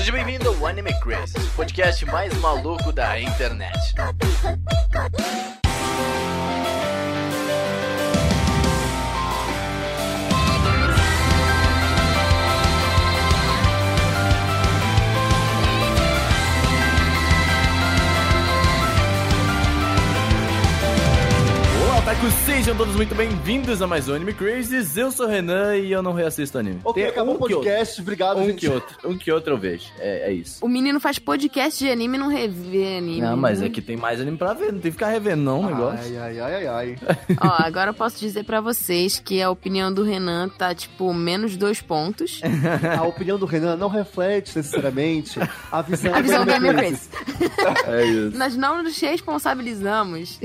Seja bem-vindo ao Anime Crazy, o podcast mais maluco da internet. Sejam todos muito bem-vindos a mais um Anime Crazes. Eu sou o Renan e eu não reassisto anime. Ok, acabou o podcast, obrigado, gente. Um que outro eu vejo, é isso. O menino faz podcast de anime e não revê anime. Não, mas é que tem mais anime pra ver, não tem que ficar revendo não o negócio. Ai. Ó, agora eu posso dizer pra vocês que a opinião do Renan tá, tipo, menos 2 pontos. A opinião do Renan não reflete necessariamente a visão do Anime Crazy. É isso. Nós não nos responsabilizamos.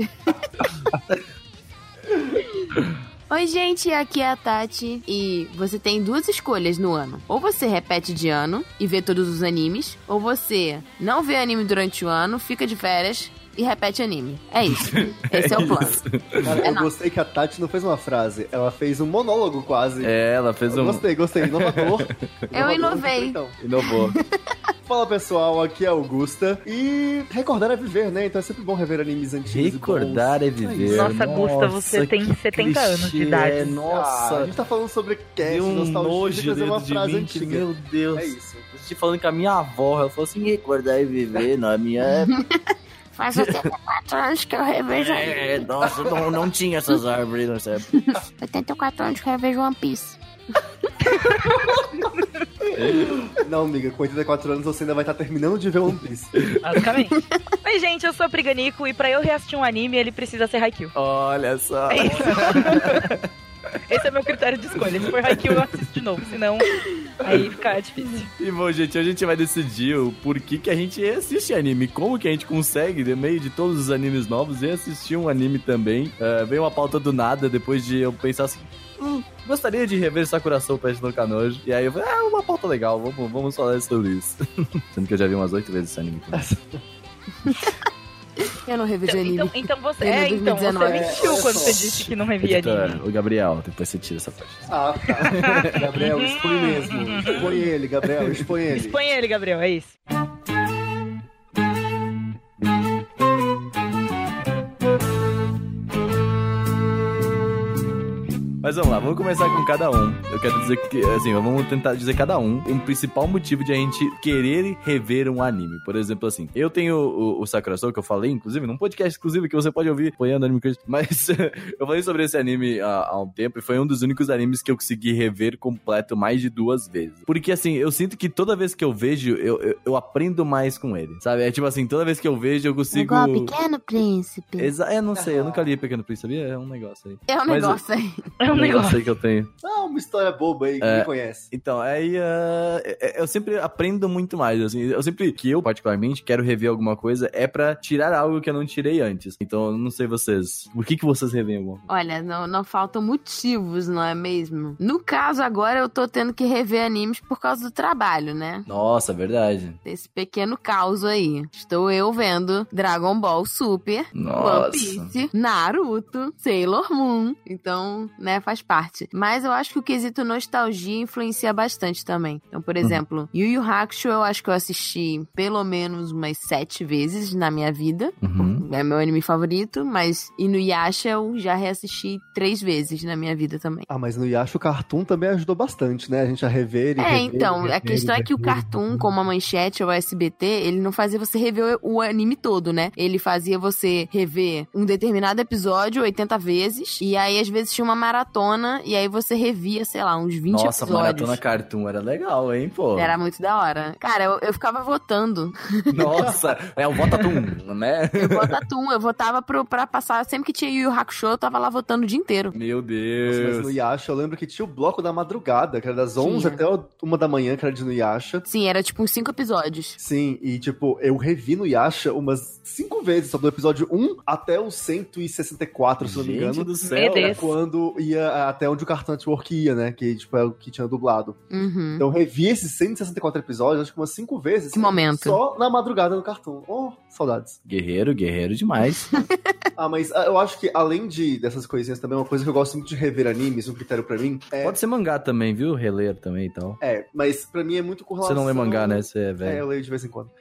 Oi, gente, aqui é a Tati e você tem 2 escolhas no ano. Ou você repete de ano e vê todos os animes, ou você não vê anime durante o ano, fica de férias e repete anime. É isso. Esse é o plano. Cara, eu gostei que a Tati não fez uma frase, ela fez um monólogo quase. É, ela fez um... Gostei. Inovador. Eu inovei. Então. Inovou. Fala pessoal, aqui é Augusta. E recordar é viver, né? Então é sempre bom rever animes antigos. Recordar é viver. Nossa, Augusta, você tem 70 anos de idade. Nossa, a gente tá falando sobre cast, nostalgia, fazer uma frase antiga. Meu Deus. É isso. Eu estive falando com a minha avó, ela falou assim, recordar é viver, na minha época. Faz 84 anos que eu revejo anime. Nossa, não tinha essas árvores nessa época. 84 anos que eu revejo One Piece. Não, amiga, com 84 anos você ainda vai estar terminando de ver One Piece. Basicamente. Oi, gente, eu sou a Priganico e pra eu reassistir um anime, ele precisa ser Haikyuu. Olha só. É isso. Esse é meu critério de escolha. Se for Haikyuu, eu assisto de novo. Senão, aí fica difícil. E bom, gente, hoje a gente vai decidir o porquê que a gente assiste anime. Como que a gente consegue, no meio de todos os animes novos, assistir um anime também. Veio uma pauta do nada, depois de eu pensar assim... gostaria de rever Sakura Soul Pet no Kanojo. E aí eu falei, uma pauta legal, vamos falar sobre isso. Sendo que eu já vi umas 8 vezes esse anime. Eu não revejo anime. Então você Desde você 2019. mentiu quando você disse que não revia anime. O Gabriel, depois você tira essa parte. Ah, tá. Gabriel, expõe mesmo. Expõe ele, Gabriel, expõe ele. Expõe ele, Gabriel, é isso. Mas vamos lá, vamos começar com cada um. Eu quero dizer que, assim, vamos tentar dizer cada um principal motivo de a gente querer rever um anime. Por exemplo, assim, eu tenho o Sakura Soul, que eu falei, inclusive, num podcast exclusivo que você pode ouvir apoiando Anime Crazy. Mas eu falei sobre esse anime há um tempo e foi um dos únicos animes que eu consegui rever completo mais de 2 vezes. Porque, assim, eu sinto que toda vez que eu vejo, eu aprendo mais com ele, sabe? É tipo assim, toda vez que eu vejo, eu consigo... Igual Pequeno Príncipe. Eu não sei, eu nunca li Pequeno Príncipe, sabia? É um negócio aí. É um negócio aí. É um negócio que eu tenho. Uma história boba aí que ninguém conhece. Então, aí eu sempre aprendo muito mais, assim, eu particularmente quero rever alguma coisa, é pra tirar algo que eu não tirei antes. Então, eu não sei vocês, por que vocês revêem alguma coisa? Olha, não faltam motivos, não é mesmo? No caso, agora eu tô tendo que rever animes por causa do trabalho, né? Nossa, verdade. Esse pequeno caos aí. Estou eu vendo Dragon Ball Super, Nossa. One Piece, Naruto, Sailor Moon. Então, né, faz parte. Mas eu acho que o quesito nostalgia influencia bastante também. Então, por exemplo, Yu Yu Hakusho eu acho que eu assisti pelo menos umas 7 vezes na minha vida. É meu anime favorito, mas Inuyasha eu já reassisti 3 vezes na minha vida também. Ah, mas no Yasha o Cartoon também ajudou bastante, né? A gente a rever e rever, então, a questão é que o Cartoon, como a Manchete ou o SBT, ele não fazia você rever o anime todo, né? Ele fazia você rever um determinado episódio 80 vezes, e aí às vezes tinha uma maratona, e aí você revia, sei lá, uns 20 Nossa, episódios. Maratona Cartoon era legal, hein, pô? Era muito da hora. Cara, eu ficava votando. Nossa, o Votatum, né? Eu votava pra passar, sempre que tinha Yu Yu Hakusho, eu tava lá votando o dia inteiro. Meu Nossa, mas Deus. no Yasha eu lembro que tinha o bloco da madrugada, que era das 11 até 1 da manhã, que era de Inuyasha. Sim, era tipo uns 5 episódios. Sim, e tipo, eu revi no Yasha umas 5 vezes, só do episódio 1 até o 164, se não me engano. Gente do céu. Meu Deus. Era quando ia até onde o Cartoon Network ia, né? Que, tipo, é o que tinha dublado. Uhum. Então eu revi esses 164 episódios, acho que umas 5 vezes. Que momento. Só na madrugada do Cartoon. Oh, saudades. Guerreiro demais. Mas eu acho que, além dessas coisinhas também, uma coisa que eu gosto muito de rever animes, um critério pra mim, Pode ser mangá também, viu? Reler também e tal. mas pra mim é muito com relação... Você não lê mangá, né? Você é velho. Eu leio de vez em quando.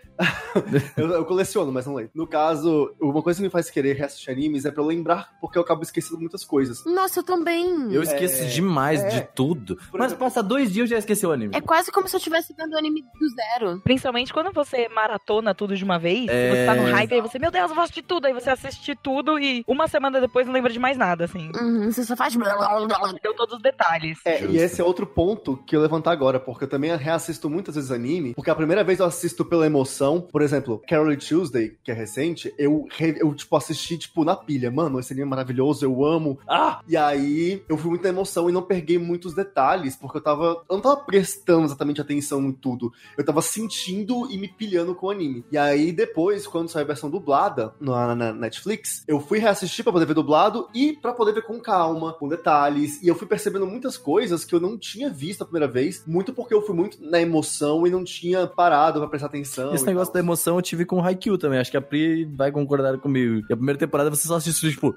eu coleciono, mas não leio. No caso, uma coisa que me faz querer reassistir animes é pra eu lembrar, porque eu acabo esquecendo muitas coisas. Nossa, eu também. Eu esqueço demais de tudo. Mas passa 2 dias eu já esqueci o anime. É quase como se eu estivesse vendo o anime do zero. Principalmente quando você maratona tudo de uma vez, você tá no hype, aí você, meu Deus, eu vou assistir tudo. Aí você assiste tudo e uma semana depois não lembra de mais nada, assim. Você só faz... Deu todos os detalhes. E esse é outro ponto que eu levantar agora, porque eu também reassisto muitas vezes anime, porque a primeira vez eu assisto pela emoção. Por exemplo, Carol Tuesday, que é recente, eu tipo, assisti, tipo, na pilha. Mano, esse anime é maravilhoso, eu amo. E aí, eu fui muito na emoção e não peguei muitos detalhes, porque eu não tava prestando exatamente atenção em tudo. Eu tava sentindo e me pilhando com o anime. E aí, depois, quando saiu a versão dublada na Netflix, eu fui reassistir pra poder ver dublado e pra poder ver com calma, com detalhes. E eu fui percebendo muitas coisas que eu não tinha visto a primeira vez, muito porque eu fui muito na emoção e não tinha parado pra prestar atenção. Esse negócio da emoção eu tive com o Haikyuu também. Acho que a Pri vai concordar comigo. E a primeira temporada você só assiste, tipo,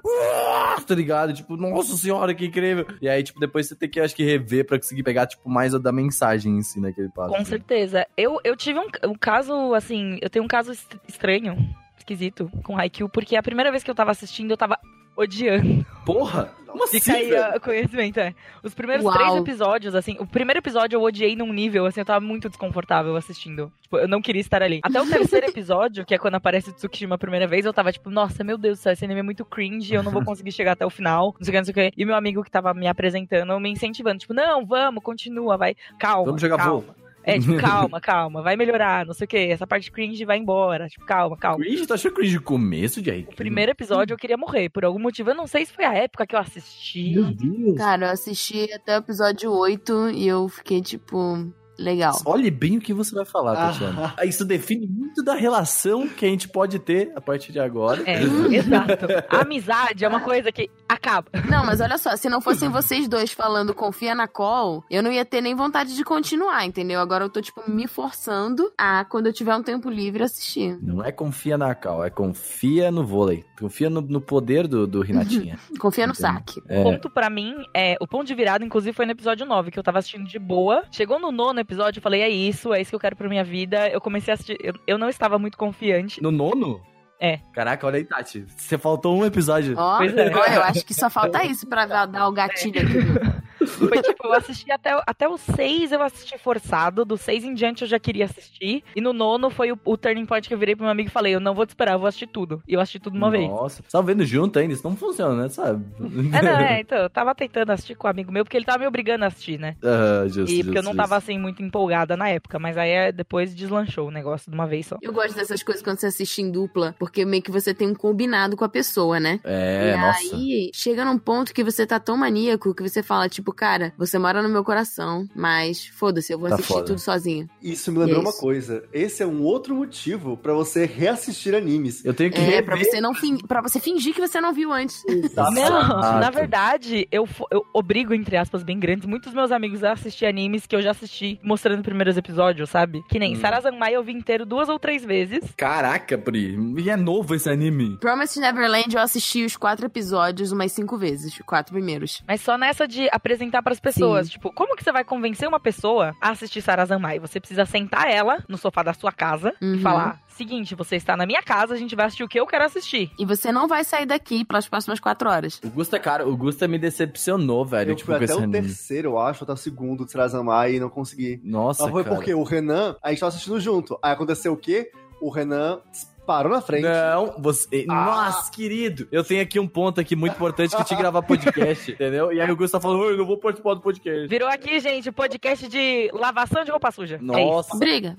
tá ligado? Tipo, nossa senhora, que incrível. E aí, tipo, depois você tem que, acho que, rever pra conseguir pegar, tipo, mais da mensagem em si, né, que ele passa. Com certeza. Eu tive um caso, assim, eu tenho um caso estranho, esquisito, com Haikyuu, porque a primeira vez que eu tava assistindo, eu tava odiando. Porra! Como assim, Fica aí o conhecimento, Os primeiros 3 episódios, assim, o primeiro episódio eu odiei num nível, assim, eu tava muito desconfortável assistindo. Tipo, eu não queria estar ali. Até o terceiro episódio, que é quando aparece o Tsukishima a primeira vez, eu tava tipo, nossa, meu Deus do céu, esse anime é muito cringe, eu não vou conseguir chegar até o final, não sei o que, não sei o que. E meu amigo que tava me apresentando, me incentivando, tipo, não, vamos, continua, vai, calma, vamos jogar calma. voo. Tipo, calma, vai melhorar, não sei o que, essa parte cringe vai embora, tipo, calma. Cringe? Tu achou cringe no começo, Jay? O primeiro episódio eu queria morrer, por algum motivo, eu não sei se foi a época que eu assisti. Meu Deus. Cara, eu assisti até o episódio 8 e eu fiquei, tipo... Legal. Olhe bem o que você vai falar, Tatiana. Isso define muito da relação que a gente pode ter a partir de agora. Exato. A amizade é uma coisa que acaba. Não, mas olha só, se não fossem vocês dois falando confia na Cole, eu não ia ter nem vontade de continuar, entendeu? Agora eu tô, tipo, me forçando a, quando eu tiver um tempo livre, assistir. Não é confia na Cal, é confia no vôlei. Confia no poder do Renatinha. Confia no saque. O ponto pra mim, o ponto de virada, inclusive, foi no episódio 9, que eu tava assistindo de boa. Chegou no 9º episódio, eu falei, é isso que eu quero pra minha vida. Eu comecei a assistir, eu não estava muito confiante. No 9º? Caraca, olha aí, Tati. Você faltou um episódio. Pois é. Eu acho que só falta isso pra dar o gatilho aqui. Foi tipo, eu assisti até o 6, eu assisti forçado. Do 6 em diante eu já queria assistir. E no 9º foi o turning point que eu virei pro meu amigo e falei, eu não vou te esperar, eu vou assistir tudo. E eu assisti tudo uma vez. Nossa, você tava vendo junto ainda? Isso não funciona, né? Sabe? Então, eu tava tentando assistir com um amigo meu, porque ele tava me obrigando a assistir, né? Justo. Porque eu não tava, assim, muito empolgada na época. Mas aí depois deslanchou o negócio de uma vez só. Eu gosto dessas coisas quando você assiste em dupla, porque meio que você tem um combinado com a pessoa, né? Nossa. Aí chega num ponto que você tá tão maníaco que você fala, tipo, cara, você mora no meu coração, mas foda-se, eu vou assistir tudo sozinho. Isso me lembrou uma coisa. Esse é um outro motivo pra você reassistir animes. Eu tenho que rever. Pra você fingir que você não viu antes. Não, na verdade, eu obrigo, entre aspas, bem grandes, muitos meus amigos a assistir animes que eu já assisti mostrando primeiros episódios, sabe? Que nem Sarazanmai eu vi inteiro 2 ou 3 vezes. Caraca, Pri. E é novo esse anime. Promised Neverland eu assisti os 4 episódios umas 5 vezes, os 4 primeiros. Mas só nessa de apresentar pras pessoas. Tipo, como que você vai convencer uma pessoa a assistir Sarazanmai? Você precisa sentar ela no sofá da sua casa e falar, seguinte, você está na minha casa, a gente vai assistir o que eu quero assistir. E você não vai sair daqui pelas próximas 4 horas. O Gusta me decepcionou, velho. Eu fui até o terceiro, eu acho, até o segundo de Sarazanmai e não consegui. Nossa, mas foi porque o Renan, a gente tava assistindo junto. Aí aconteceu o quê? O Renan parou na frente. Não, você... Nossa, querido. Eu tenho aqui um ponto aqui muito importante que eu tinha que gravar podcast, entendeu? E aí o Gustavo falou, eu não vou participar do podcast. Virou aqui, gente, podcast de lavação de roupa suja. Nossa. Briga.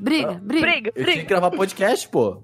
Eu tinha que gravar podcast, pô.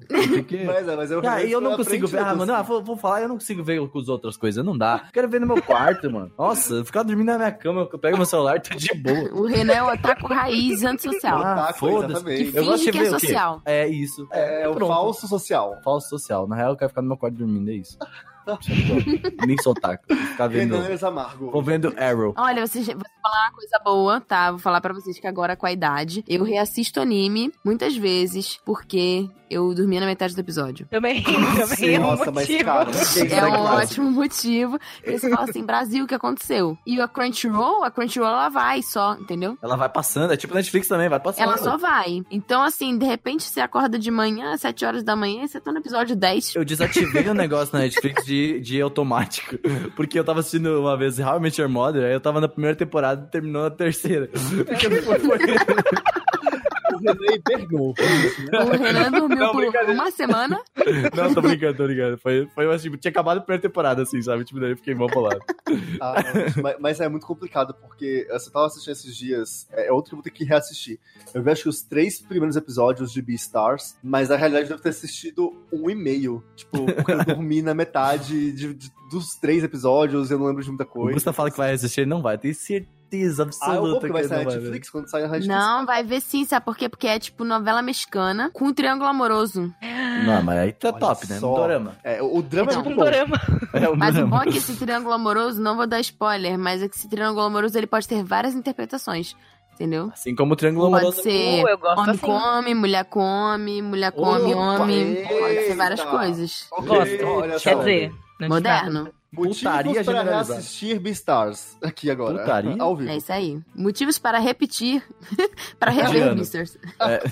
Mas eu... E eu não consigo ver, mano, vou falar, eu não consigo ver com as outras coisas, não dá. Eu quero ver no meu quarto, mano. Nossa, ficar dormindo na minha cama, eu pego meu celular e tô de boa. O Renan é o otaku raiz antissocial. Foda-se. Que finge que é social. É isso. É o falso social. Falso social. Na real, eu quero ficar no meu quarto dormindo, é isso. Nem sou otaku. Vou ficar vendo. Amargo. Vou vendo Arrow. Olha, vou falar uma coisa boa, tá? Vou falar pra vocês que agora, com a idade, eu reassisto anime muitas vezes, porque eu dormia na metade do episódio. Também Sim, é um nossa, motivo. mas cara, É um ótimo motivo. Porque você fala assim, Brasil, o que aconteceu? E a Crunchyroll ela vai só, entendeu? Ela vai passando, é tipo Netflix também, vai passando. Ela só vai. Então, assim, de repente você acorda de manhã, 7 horas da manhã, e você tá no episódio 10. Eu desativei um negócio na Netflix de automático. Porque eu tava assistindo uma vez How I Met Your Mother, aí eu tava na primeira temporada e terminou na terceira. Porque depois foi... O Renan hibernou. O Renan dormiu por uma semana. Não, tô brincando. Foi assim, tinha acabado a primeira temporada, assim, sabe? Tipo, daí eu fiquei mal bolado. Mas é muito complicado, porque você tava assistindo esses dias, é outro que eu vou ter que reassistir. Eu vi, acho que os 3 primeiros episódios de Beastars, mas na realidade eu devo ter assistido 1,5. Tipo, porque eu dormi na metade dos 3 episódios, eu não lembro de muita coisa. O Gustavo fala que vai assistir, ele não vai. Tem certeza absoluta que vai sair na vai Netflix quando sair na Netflix. Não, vai ver sim, sabe por quê? Porque é tipo novela mexicana com um triângulo amoroso. Não, mas aí tá Olha top, né? só. Um dorama. O drama é Tipo muito um bom. dorama. Mas o bom é que esse triângulo amoroso, não vou dar spoiler, mas é que esse triângulo amoroso ele pode ter várias interpretações. Entendeu? Assim como o Triângulo Amoroso. Pode ser eu gosto homem assim. come, mulher come, mulher come homem. Pode ser várias eita. coisas. Gosto. Olha só. Quer dizer, não te Moderno. Motivos Putaria para generalizada. reassistir Beastars aqui agora. Putaria? Ao vivo. É isso aí. Motivos para repetir. Para rever Indiano. Beastars. É.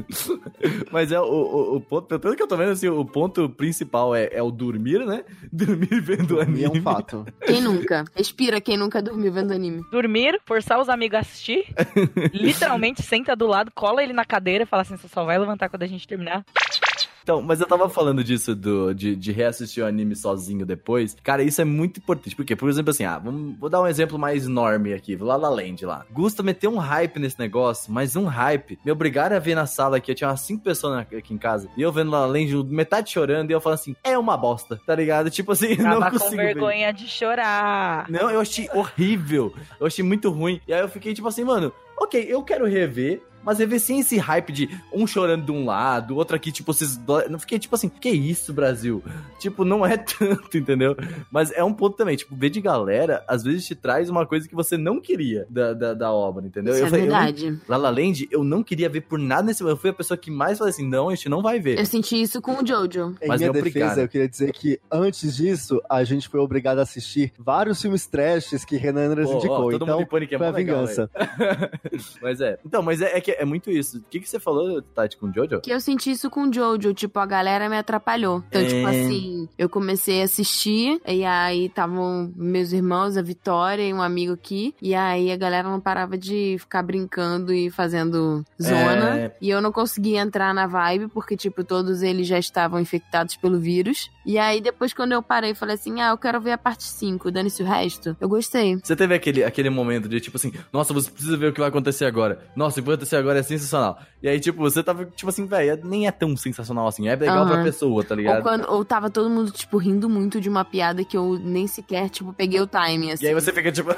Mas é o ponto, pelo que eu tô vendo, assim, o ponto principal é o dormir, né? Dormir vendo anime. E é um fato. Quem nunca? Respira quem nunca dormiu vendo anime. dormir, forçar os amigos a assistir, literalmente senta do lado, cola ele na cadeira e fala assim, você só vai levantar quando a gente terminar. Então, mas eu tava falando disso, de reassistir o anime sozinho depois. Cara, isso é muito importante. Porque, por exemplo, assim, vou dar um exemplo mais enorme aqui. La La Land lá. Gusta meteu um hype nesse negócio, mas um hype. Me obrigaram a ver na sala aqui. Eu tinha umas 5 pessoas aqui em casa. E eu vendo La La Land, metade chorando. E eu falando assim, é uma bosta, tá ligado? Tipo assim, Tava não com consigo vergonha de chorar. Não, eu achei horrível. Eu achei muito ruim. E aí eu fiquei tipo assim, mano, ok, eu quero rever. Mas rever sem esse hype de um chorando de um lado, outro aqui, tipo, vocês... Não fiquei tipo assim, que isso, Brasil? Tipo, não é tanto, entendeu? Mas é um ponto também, tipo, ver de galera, às vezes te traz uma coisa que você não queria da obra, entendeu? Isso é verdade. La La Land, eu não queria ver por nada nesse... Eu fui a pessoa que mais falei assim, não, a gente não vai ver. Eu senti isso com o Jojo. Em Mas minha me defesa, obrigaram. eu queria dizer que antes disso, a gente foi obrigado a assistir vários filmes trashes que Renan Andres indicou. Todo Então, mundo em pânico, é foi a mó legal, vingança. Mas então, mas é que é muito isso. O que você falou, Tati, com o Jojo? Que eu senti isso com o Jojo, tipo, a galera me atrapalhou. Então, tipo assim, eu comecei a assistir, e aí estavam meus irmãos, a Vitória e um amigo aqui, e aí a galera não parava de ficar brincando e fazendo zona, e eu não conseguia entrar na vibe, porque, tipo, todos eles já estavam infectados pelo vírus, e aí depois quando eu parei, falei assim, eu quero ver a parte 5, dane-se o resto, eu gostei. Você teve aquele momento de, tipo assim, nossa, você precisa ver o que vai acontecer agora. Nossa, o que vai acontecer agora é sensacional. E aí, tipo, você tava, tipo assim, velho, nem é tão sensacional assim. É legal pra pessoa, tá ligado? Ou tava todo mundo, tipo, rindo muito de uma piada que eu nem sequer, tipo, peguei o timing, assim. E aí você fica, tipo...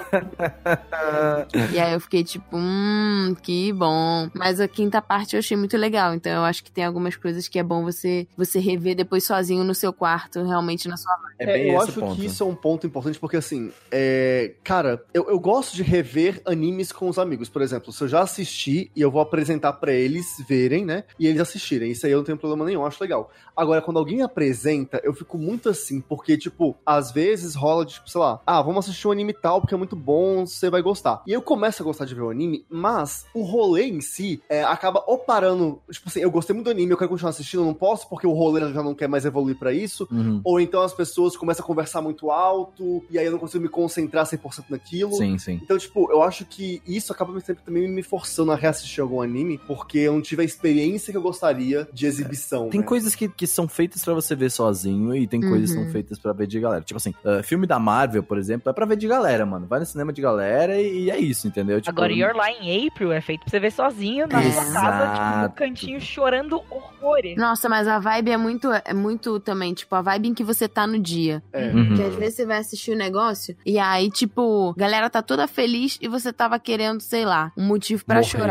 E aí eu fiquei, tipo, que bom. Mas a quinta parte eu achei muito legal. Então eu acho que tem algumas coisas que é bom você rever depois sozinho no seu quarto, realmente na sua vibe. É bem eu esse acho ponto. que isso é um ponto importante, porque assim, cara, eu gosto de rever animes com os amigos. Por exemplo, se eu já assisti e eu vou apresentar pra eles verem, né? E eles assistirem. Isso aí eu não tenho problema nenhum, eu acho legal. Agora, quando alguém apresenta, eu fico muito assim, porque, tipo, às vezes rola de, tipo, sei lá, vamos assistir um anime tal, porque é muito bom, você vai gostar. E eu começo a gostar de ver o anime, mas o rolê em si acaba parando, tipo assim, eu gostei muito do anime, eu quero continuar assistindo, eu não posso, porque o rolê já não quer mais evoluir pra isso. Ou então as pessoas começam a conversar muito alto, e aí eu não consigo me concentrar 100% naquilo. Sim, sim. Então, tipo, eu acho que isso acaba sempre também me forçando a reassistir algum anime, porque eu não tive a experiência que eu gostaria de exibição. Tem né? coisas que são feitas pra você ver sozinho e tem coisas que são feitas pra ver de galera. Tipo assim, filme da Marvel, por exemplo, é pra ver de galera, mano. Vai no cinema de galera e é isso, entendeu? Tipo, Agora, Your Lie in April é feito pra você ver sozinho na sua casa, tipo, no cantinho, chorando horrores. Nossa, mas a vibe é muito também, tipo, a vibe em que você tá no dia. Uhum. Porque às vezes você vai assistir o negócio e aí, tipo, a galera tá toda feliz e você tava querendo, sei lá, um motivo pra Morrer. chorar.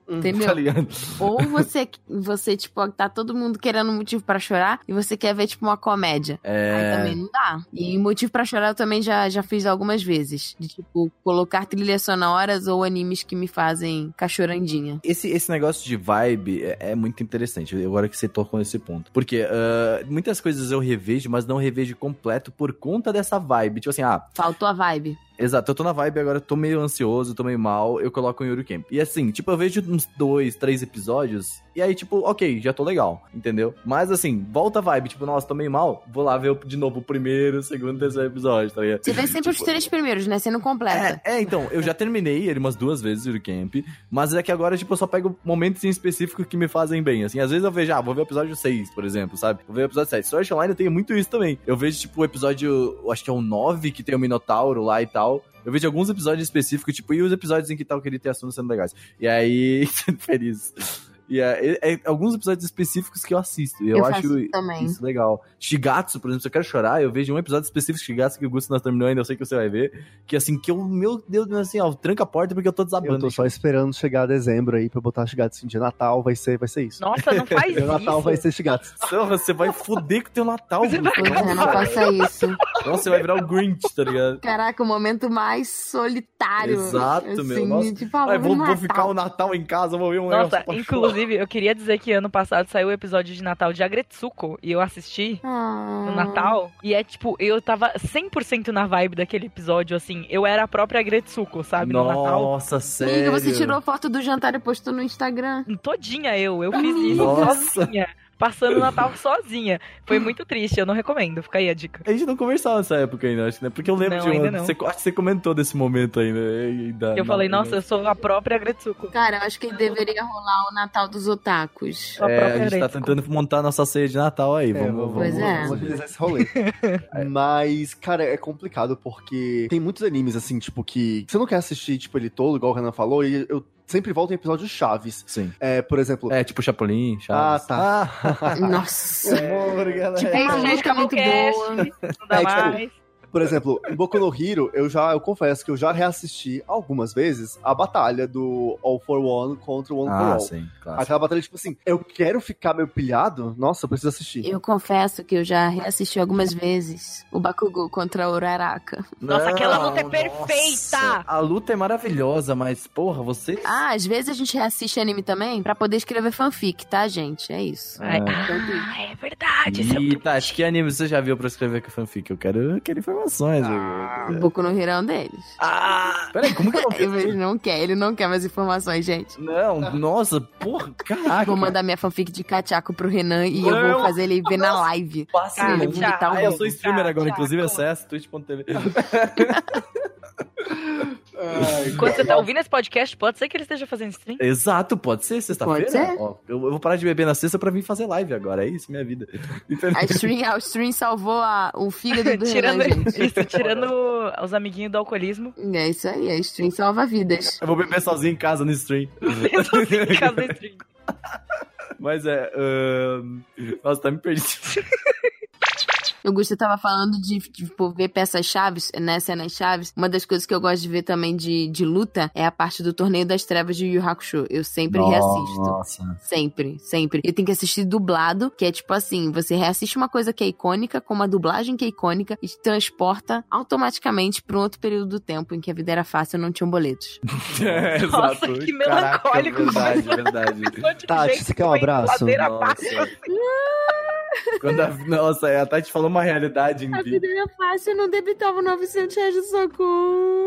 Entendeu? Tá ligado? Ou você, tipo, tá todo mundo querendo um motivo pra chorar e você quer ver, tipo, uma comédia. Aí também não dá. E motivo pra chorar eu também já fiz algumas vezes. De, tipo, colocar trilhas sonoras ou animes que me fazem ficar chorandinha. Esse negócio de vibe é muito interessante, agora que você tocou nesse ponto. Porque muitas coisas eu revejo, mas não revejo completo por conta dessa vibe. Tipo assim, Faltou a vibe. Exato, eu tô na vibe agora, tô meio ansioso, tô meio mal, eu coloco em Yuri Camp. E assim, tipo, eu vejo uns 2, 3 episódios, e aí, tipo, ok, já tô legal, entendeu? Mas assim, volta a vibe, tipo, nossa, tô meio mal, vou lá ver de novo o primeiro, o segundo, terceiro episódio, tá ligado? Você vê sempre os 3 primeiros, né? Você não completa. Então, eu já terminei ele umas 2 vezes, Yuri Camp, mas é que agora, tipo, eu só pego momentos em específico que me fazem bem, assim, às vezes eu vejo, vou ver o episódio 6, por exemplo, sabe? Vou ver o episódio 7. Sword Online eu tenho muito isso também. Eu vejo, tipo, o episódio, acho que é o 9, que tem o Minotauro lá e tal. Eu vejo alguns episódios específicos, tipo, e os episódios em que tal queria ter assuntos sendo legais. E aí, feliz. E alguns episódios específicos que eu assisto. E eu acho isso legal. Shigatsu, por exemplo, se eu quero chorar, eu vejo um episódio específico de Shigatsu que o Gusto não terminou ainda, eu sei que você vai ver. Que assim, meu Deus, assim, tranca a porta porque eu tô desabando. Eu tô só esperando chegar dezembro aí pra botar Shigatsu em dia Natal, vai ser isso. Nossa, não faz isso. Natal vai ser Shigatsu. Você vai foder com o teu Natal, Pois é, não faça isso. Nossa, você vai virar o Grinch, tá ligado? Caraca, o momento mais solitário. Exato, assim, meu. Nossa, tipo, vou ficar o Natal em casa, vou ver um Nossa, inclusive, eu queria dizer que ano passado saiu o episódio de Natal de Agretsuko e eu assisti no Natal. E é tipo, eu tava 100% na vibe daquele episódio, assim. Eu era a própria Agretsuko, sabe? No Natal. Nossa, sério. E você tirou foto do jantar e postou no Instagram. Todinha eu fiz isso sozinha. Passando o Natal sozinha. Foi muito triste, eu não recomendo. Fica aí a dica. A gente não conversava nessa época ainda, acho, né? Porque eu lembro acho que você comentou desse momento ainda. Eu falei, nossa, eu sou a própria Agretsuko. Cara, eu acho que deveria rolar o Natal dos otakus. A gente tá tentando montar nossa ceia de Natal aí. Vamos agilizar esse rolê. Mas, cara, é complicado porque tem muitos animes, assim, tipo, que você não quer assistir, tipo, ele todo, igual o Renan falou, e eu sempre volto em episódios chaves. Sim. Por exemplo... tipo Chapolin, Chaves. Tá. Nossa. Galera. Tipo, a música é muito boa. Não dá mais. Por exemplo, em Boku no Hero, eu confesso que eu já reassisti algumas vezes a batalha do All for One contra o One for All. Sim, claro. Aquela batalha, tipo assim, eu quero ficar meio pilhado, nossa, eu preciso assistir. Eu confesso que eu já reassisti algumas vezes o Bakugou contra o Uraraka. Nossa, aquela luta é perfeita! Nossa, a luta é maravilhosa, mas, porra, você... Às vezes a gente reassiste anime também pra poder escrever fanfic, tá, gente? É isso. É verdade. E, Tati, que anime você já viu pra escrever com fanfic? Eu quero informações. Boku no Hero é um deles. Peraí, como que eu não Ele não quer mais informações, gente. Não, nossa, porra, caraca. Vou mandar minha fanfic de Cachaco pro Renan e eu vou fazer ele ver na live. Eu sou streamer agora, inclusive acesso twitch.tv. Quando você tá ouvindo esse podcast, pode ser que ele esteja fazendo stream? Exato, pode ser, sexta-feira. Pode ser. Ó, eu vou parar de beber na sexta pra vir fazer live agora, é isso, minha vida. A stream salvou o fígado do Renan, gente. Tirando os amiguinhos do alcoolismo. É isso aí, a stream salva vidas. Eu vou beber sozinho em casa no stream. Sozinho em casa no stream. Mas nossa, tá me perdendo. O Gusto tava falando de tipo, ver peças-chaves, né, cenas-chaves. Uma das coisas que eu gosto de ver também de luta é a parte do Torneio das Trevas de Yu Yu Hakusho. Eu sempre reassisto. Nossa. Sempre. Eu tenho que assistir dublado, que é tipo assim, você reassiste uma coisa que é icônica, com uma dublagem que é icônica, e te transporta automaticamente pra um outro período do tempo em que a vida era fácil e não tinham boletos. Nossa, exato. que melancólico. Verdade. Tati, você quer um abraço? Nossa, a Tati falou uma realidade em A vida era fácil, eu não debitava R$900 de socorro.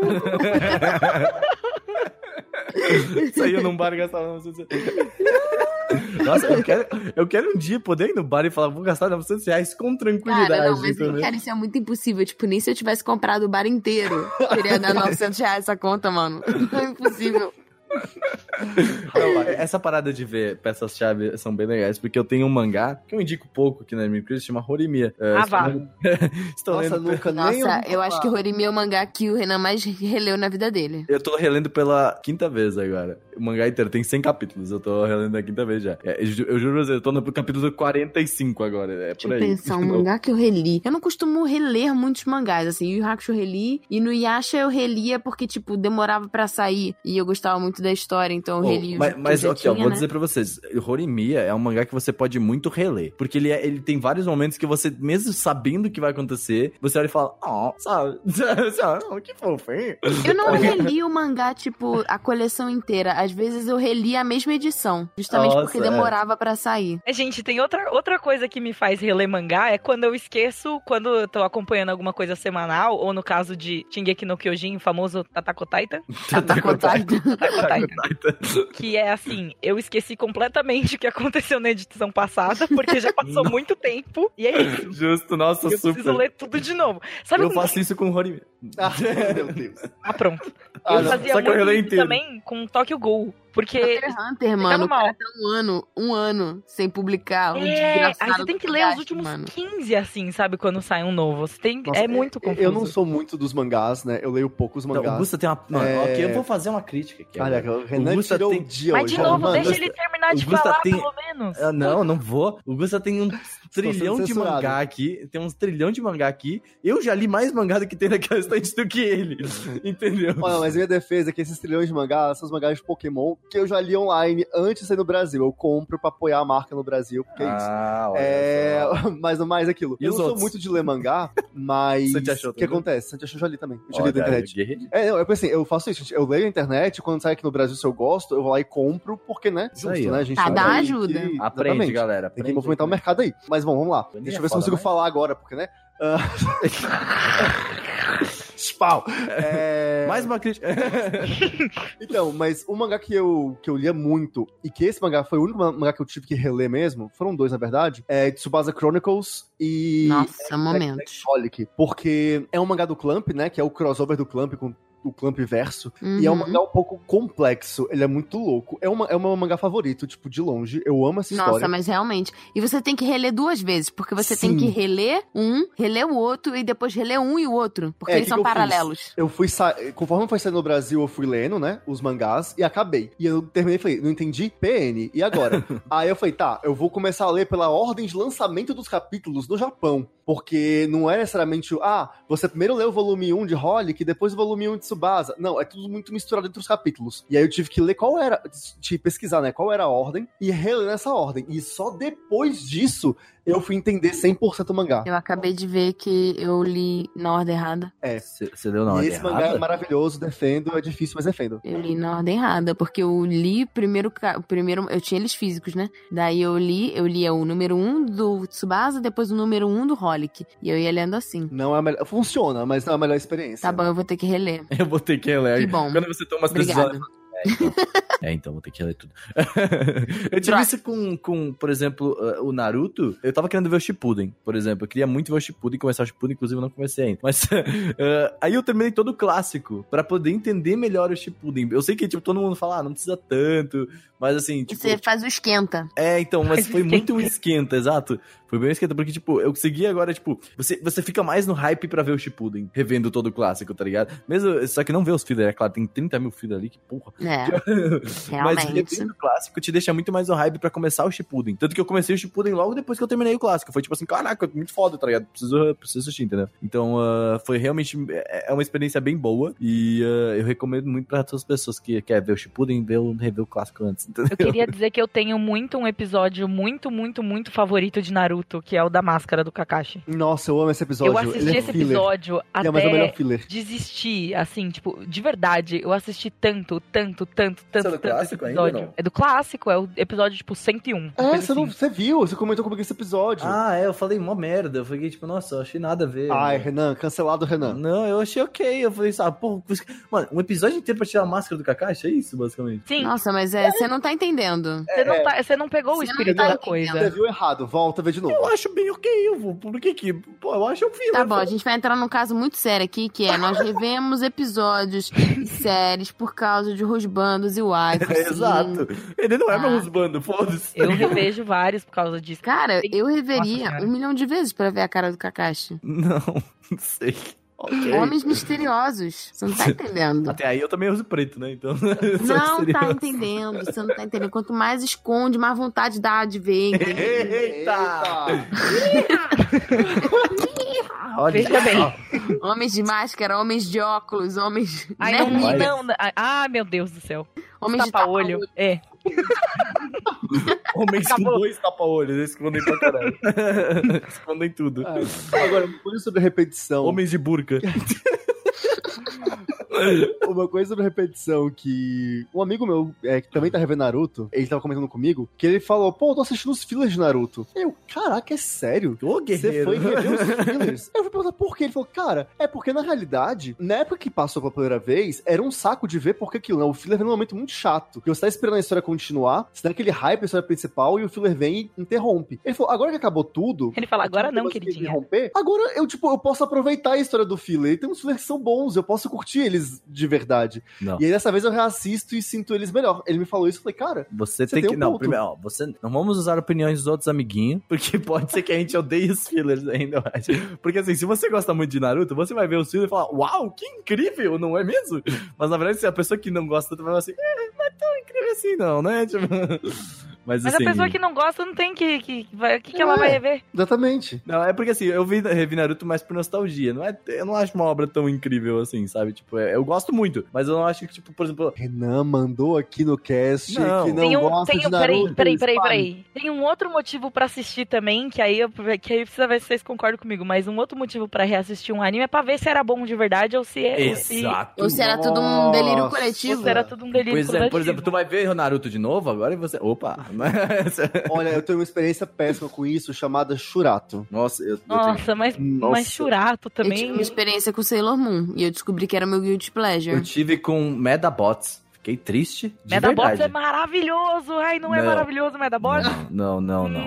Saía num bar e gastava 900 reais. Nossa, eu quero um dia poder ir no bar e falar, vou gastar 900 reais com tranquilidade. Cara, não, mas cara, isso é muito impossível. Tipo, nem se eu tivesse comprado o bar inteiro, teria dado R$900 essa conta, mano. Não é impossível. Não, essa parada de ver peças-chave são bem legais, porque eu tenho um mangá que eu indico pouco aqui na Anime Cris, chama Horimiya. Nossa, eu acho que Horimiya é o mangá que o Renan mais releu na vida dele. Eu tô relendo pela 5ª vez agora. O mangá inteiro tem 100 capítulos. Eu tô relendo a quinta vez já. Eu juro pra você, eu tô no capítulo 45 agora. Deixa eu pensar, um mangá que eu reli. Eu não costumo reler muitos mangás, assim. Yu Yu Hakusho eu reli. E no Yasha eu relia porque, tipo, demorava pra sair. E eu gostava muito da história, então eu reli. Mas aqui, ó, vou dizer pra vocês. Horimiya é um mangá que você pode muito reler. Porque ele tem vários momentos que você, mesmo sabendo o que vai acontecer, você olha e fala, sabe? Que fofinho. Eu não reli o mangá, tipo, a coleção inteira. Às vezes eu reli a mesma edição. Justamente porque demorava pra sair. Gente, tem outra coisa que me faz reler mangá, é quando eu esqueço, quando eu tô acompanhando alguma coisa semanal, ou no caso de Shingeki no Kyojin, o famoso Tatako Taita. Tatako Taita. Que é assim, eu esqueci completamente o que aconteceu na edição passada, porque já passou muito tempo, e é isso. Justo, nossa, eu preciso ler tudo de novo. Sabe eu faço isso com o Horimiya. Meu Deus. Pronto. Eu fazia só que muito eu isso inteiro. também com Tokyo Ghoul. Porque. Hunter, mano, o cara tá um ano sem publicar. Aí você tem que ler os últimos 15, assim, sabe? Quando sai um novo. Você tem. Nossa, é muito confuso. Eu não sou muito dos mangás, né? Eu leio poucos mangás. Então, o Gusta tem uma. Mano, ok, eu vou fazer uma crítica aqui. Olha, o Renan tirou o dia Mas hoje. de novo, mano, deixa ele terminar de falar, pelo menos. Não vou. O Gusta tem um trilhão de mangá aqui. Tem uns trilhão de mangá aqui. Eu já li mais mangá do que tem naquela estante do que ele. Entendeu? Olha, mas minha defesa é que esses trilhões de mangás são os mangás de Pokémon que eu já li online antes de sair no Brasil. Eu compro pra apoiar a marca no Brasil, porque é isso. Mas não mais aquilo. Eu não sou muito de ler mangá, mas o que acontece? Santi achou, já li também. Eu já li da internet. Eu pensei, eu faço isso, gente. Eu leio a internet, quando sai aqui no Brasil, se eu gosto, eu vou lá e compro, porque, né? Justo, aí, né? A gente dá ajuda. Aprende, galera. Tem que movimentar o mercado aí. Mas bom, vamos lá. Deixa eu ver se eu consigo falar agora, porque, né? Spau! Mais uma crítica. Então, mas um mangá que eu lia muito, e que esse mangá foi o único mangá que eu tive que reler mesmo, foram dois, na verdade, é Tsubasa Chronicles e... Nossa, momentos. Holic, porque é um mangá do Clamp, né, que é o crossover do Clamp com o Clamp Verso, e é um mangá um pouco complexo, ele é muito louco. É o meu mangá favorito, tipo, de longe. Eu amo essa história. Nossa, mas realmente. E você tem que reler duas vezes, porque você tem que reler reler o outro, e depois reler um e o outro, porque eles são paralelos. Eu fui, conforme foi saindo no Brasil, eu fui lendo, né, os mangás, e acabei. E eu terminei e falei, não entendi PN, e agora? Aí eu falei, tá, eu vou começar a ler pela ordem de lançamento dos capítulos no Japão, porque não é necessariamente, você primeiro lê o volume 1 de Holic, depois o volume 1 de Tsubasa. Não, é tudo muito misturado entre os capítulos. E aí eu tive que ler pesquisar, né, qual era a ordem, e reler nessa ordem. E só depois disso, eu fui entender 100% o mangá. Eu acabei de ver que eu li na ordem errada. Você leu na ordem errada? E esse mangá é maravilhoso, defendo, é difícil, mas defendo. Eu li na ordem errada, porque eu li primeiro, eu tinha eles físicos, né? Daí eu lia o número 1 do Tsubasa, depois o número 1 do Holic. E eu ia lendo assim. Não é a melhor, funciona, mas não é a melhor experiência. Tá bom, eu vou ter que reler. Eu vou ter que reler. Que bom. Quando você toma as decisões... Então vou ter que ler tudo. Eu tive isso com, por exemplo, o Naruto. Eu tava querendo ver o Shippuden, por exemplo. Eu queria muito ver o Shippuden, começar o Shippuden, inclusive eu não comecei ainda. Mas aí eu terminei todo o clássico pra poder entender melhor o Shippuden. Eu sei que, tipo, todo mundo fala, não precisa tanto, mas assim, tipo... Você faz o esquenta. Então, mas foi muito um esquenta, exato. Foi bem esquenta, porque, tipo, eu consegui agora, tipo... Você fica mais no hype pra ver o Shippuden, revendo todo o clássico, tá ligado? Mesmo, só que não vê os fillers, é claro, tem 30 mil fillers ali, que porra. Mas revendo o clássico te deixa muito mais no hype pra começar o Shippuden. Tanto que eu comecei o Shippuden logo depois que eu terminei o clássico. Foi tipo assim, caraca, muito foda, tá ligado? Preciso assistir, entendeu? Então, foi realmente... É uma experiência bem boa, e eu recomendo muito pra todas as pessoas que querem ver o Shippuden, rever o clássico antes, entendeu? Eu queria dizer que eu tenho um episódio muito favorito de Naruto, que é o da máscara do Kakashi. Nossa, eu amo esse episódio. Eu assisti esse episódio até desistir, assim, tipo, de verdade, eu assisti tanto do clássico episódio. Ainda, não? É do clássico, é o episódio, tipo, 101. Você viu, você comentou comigo esse episódio. Eu falei mó merda. Eu falei, tipo, nossa, eu achei nada a ver. Ai, Renan, cancelado, Renan. Não, eu achei ok. Eu falei, porra, mano, um episódio inteiro pra tirar a máscara do Kakashi, é isso, basicamente? Sim. Nossa, mas você não tá entendendo. Você não pegou o espírito da coisa. Você viu errado, volta a ver de novo. Eu acho bem ok, por que pô, eu acho um filme. Tá bom, a gente vai entrar num caso muito sério aqui, que é, nós revemos episódios e séries por causa de Rusbandos e Waifus. Exato. Ele não é meu Rusbando, foda-se. Eu revejo vários por causa disso. Cara, eu reveria 1 milhão de vezes pra ver a cara do Kakashi. Não sei. Ok. Homens misteriosos. Você não tá entendendo. Até aí eu também uso preto, né? Então. Não tá entendendo. Você não tá entendendo. Quanto mais esconde, mais vontade dá de ver. Entendeu? Eita! Olha, Veja bem. Homens de máscara, homens de óculos, homens. Ai, né? não. Ah, meu Deus do céu. Homens de Tapa-olho. É. homens com 2 tapa-olhos, eles escondem pra caralho. Escondem tudo. Agora, uma coisa sobre repetição. Homens de burca. Uma coisa sobre repetição que um amigo meu, que também tá revendo Naruto, ele tava comentando comigo, que ele falou, pô, eu tô assistindo os fillers de Naruto. Eu, caraca, é sério? Ô, Você guerreiro. foi rever os fillers? Eu fui perguntar por quê. Ele falou, cara, é porque na realidade, na época que passou pela primeira vez, era um saco de ver porque aquilo, né? O filler vem num momento muito chato. Que você tá esperando a história continuar, você tem aquele hype, a história principal, e o filler vem e interrompe. Ele falou, agora que acabou tudo... Ele fala, agora não, queridinha. Agora eu posso aproveitar a história do filler. E tem uns fillers que são bons, eu posso curtir eles de verdade. Não. E aí dessa vez eu reassisto e sinto eles melhor. Ele me falou isso, eu falei, cara, Você tem que... um Não, ponto. primeiro, ó, não vamos usar opiniões dos outros amiguinhos, porque pode ser que a gente odeie os fillers ainda mais. Porque assim, se você gosta muito de Naruto, você vai ver os fillers e falar, uau, que incrível, não é mesmo? Mas na verdade, se a pessoa que não gosta tanto vai falar assim, não é tão incrível assim não, né? Tipo... Mas Mas assim... a pessoa que não gosta não tem que ela vai rever. Exatamente. Não, é porque assim, eu revi Naruto mais por nostalgia. Eu não acho uma obra tão incrível assim, sabe? Tipo, eu gosto muito, mas eu não acho que, tipo, por exemplo... Renan mandou aqui no cast Não. que não gosta de Naruto. Peraí. Tem um outro motivo pra assistir também, que aí precisa ver se vocês concordam comigo, mas um outro motivo pra reassistir um anime é pra ver se era bom de verdade ou se... Exato. Ou se era tudo um delírio Nossa. coletivo. Ou se era tudo um delírio Pois é, coletivo. por exemplo, tu vai ver o Naruto de novo agora e você... Opa! Olha, eu tenho uma experiência péssima com isso, chamada Churato. Nossa, eu Nossa, mas Churato Eu tive também... uma experiência com Sailor Moon e eu descobri que era o meu guilty pleasure. Eu tive com Medabots. Fiquei triste, de Medabots verdade. é maravilhoso! Ai, não é maravilhoso Medabots? Não.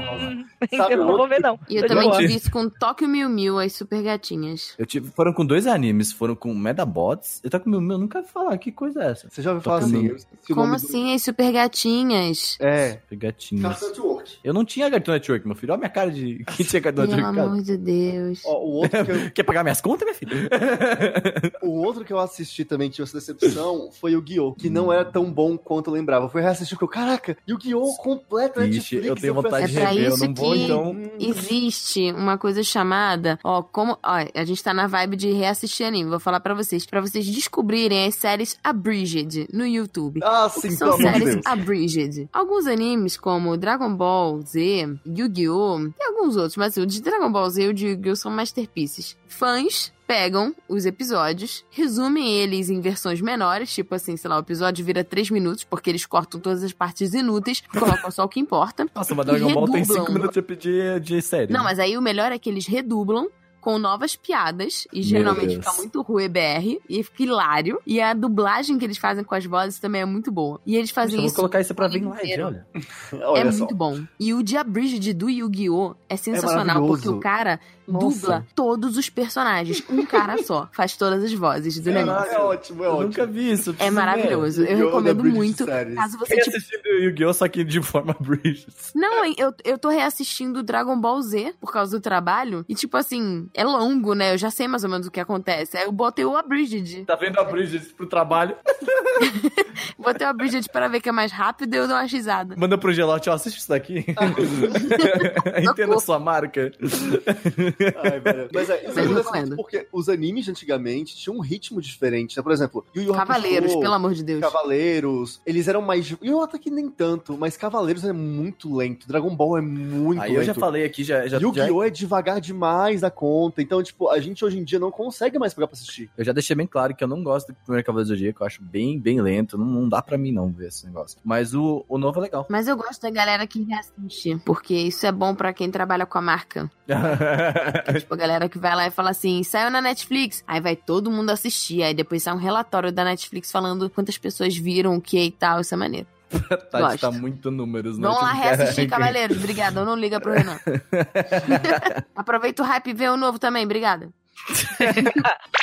Sabe Eu não vou ver, não. E eu também tive isso com Tokyo Mew Mew, as super gatinhas. Foram com 2 animes, foram com Medabots. Eu tô com eu nunca vi falar, que coisa é essa? Você já ouviu falar Tocando. assim? Eu esqueci o Como nome assim, as super gatinhas? É. Gatinhos. Cartoon Network. Eu não tinha Cartoon Network, meu filho. Olha a minha cara de quem tinha Cartoon Pelo Network em casa. amor de Deus. Ó, o outro que eu... Quer pagar minhas contas, minha filha? O outro que eu assisti também tinha essa decepção foi o Yu-Gi-Oh! Que não era tão bom quanto eu lembrava. Eu fui reassistir porque caraca, Yu-Gi-Oh! Completa Ixi, Netflix. eu tenho fui vontade de É pra rever, eu isso não vou, que então... existe uma coisa chamada, a gente tá na vibe de reassistir anime, vou falar pra vocês descobrirem as séries Abridged no YouTube. Ah, O que sim, são pelo amor de séries Deus. Abridged? Alguns animes como Dragon Ball Z, Yu-Gi-Oh! Tem alguns outros, mas o de Dragon Ball Z e o de Yu-Gi-Oh! São masterpieces. Fãs pegam os episódios, resumem eles em versões menores, tipo assim, sei lá, o episódio vira 3 minutos, porque eles cortam todas as partes inúteis, colocam só o que importa. Nossa, mas e Dragon Ball tem redublam. 5 minutos de série. Não, mas aí o melhor é que eles redublam com novas piadas, e geralmente Deus. fica muito ruim BR, e fica hilário, e a dublagem que eles fazem com as vozes também é muito boa. E eles fazem Eu vou isso colocar isso pra ver em live, inteiro. olha. Olha É só. muito bom. E o de Abridged do Yu-Gi-Oh! É sensacional, maravilhoso. porque o cara Nossa. dubla todos os personagens. Um cara só faz todas as vozes do negócio. É ótimo, é Eu ótimo. nunca vi isso. É maravilhoso. Eu Yu-Gi-Oh! recomendo da Bridge muito. Series. Caso você, Fiquei tipo, assistindo Yu-Gi-Oh! Só que de forma bridge. não, eu tô reassistindo Dragon Ball Z por causa do trabalho. E, tipo assim, é longo, né? Eu já sei mais ou menos o que acontece. Aí eu botei o Abridged. Tá vendo a bridge pro trabalho? Botei o Abridged para ver que é mais rápido e eu dou uma risada. Manda pro Gelote, ó, assiste isso daqui. Entenda a sua marca. Ai, velho. Mas isso Mas acontece recomendo. muito porque os animes de antigamente tinham um ritmo diferente, né? Por exemplo, Yu Yu Cavaleiros, Hakusho, pelo amor de Deus. Cavaleiros, eles eram mais... Eu até que nem tanto, mas Cavaleiros é muito lento. Dragon Ball é muito Aí lento. eu já falei aqui, já Yu-Gi-Oh! É devagar demais da conta. Então, tipo, a gente hoje em dia não consegue mais pegar pra assistir. eu já deixei bem claro que eu não gosto do primeiro Cavaleiro do Zodíaco, eu acho bem lento, não dá pra mim não ver esse negócio. Mas o novo é legal. Mas eu gosto da galera que reassiste, porque isso é bom pra quem trabalha com a marca. Tipo, a galera que vai lá e fala assim, saiu na Netflix, aí vai todo mundo assistir, aí depois sai um relatório da Netflix falando quantas pessoas viram o que e tal, isso é maneiro. Tati, Gosto. tá muito números, né? Vamos lá Tipo, reassistir caraca. Cavaleiros, obrigada, não liga pro Renan. Aproveita o hype e vê o novo também, obrigada.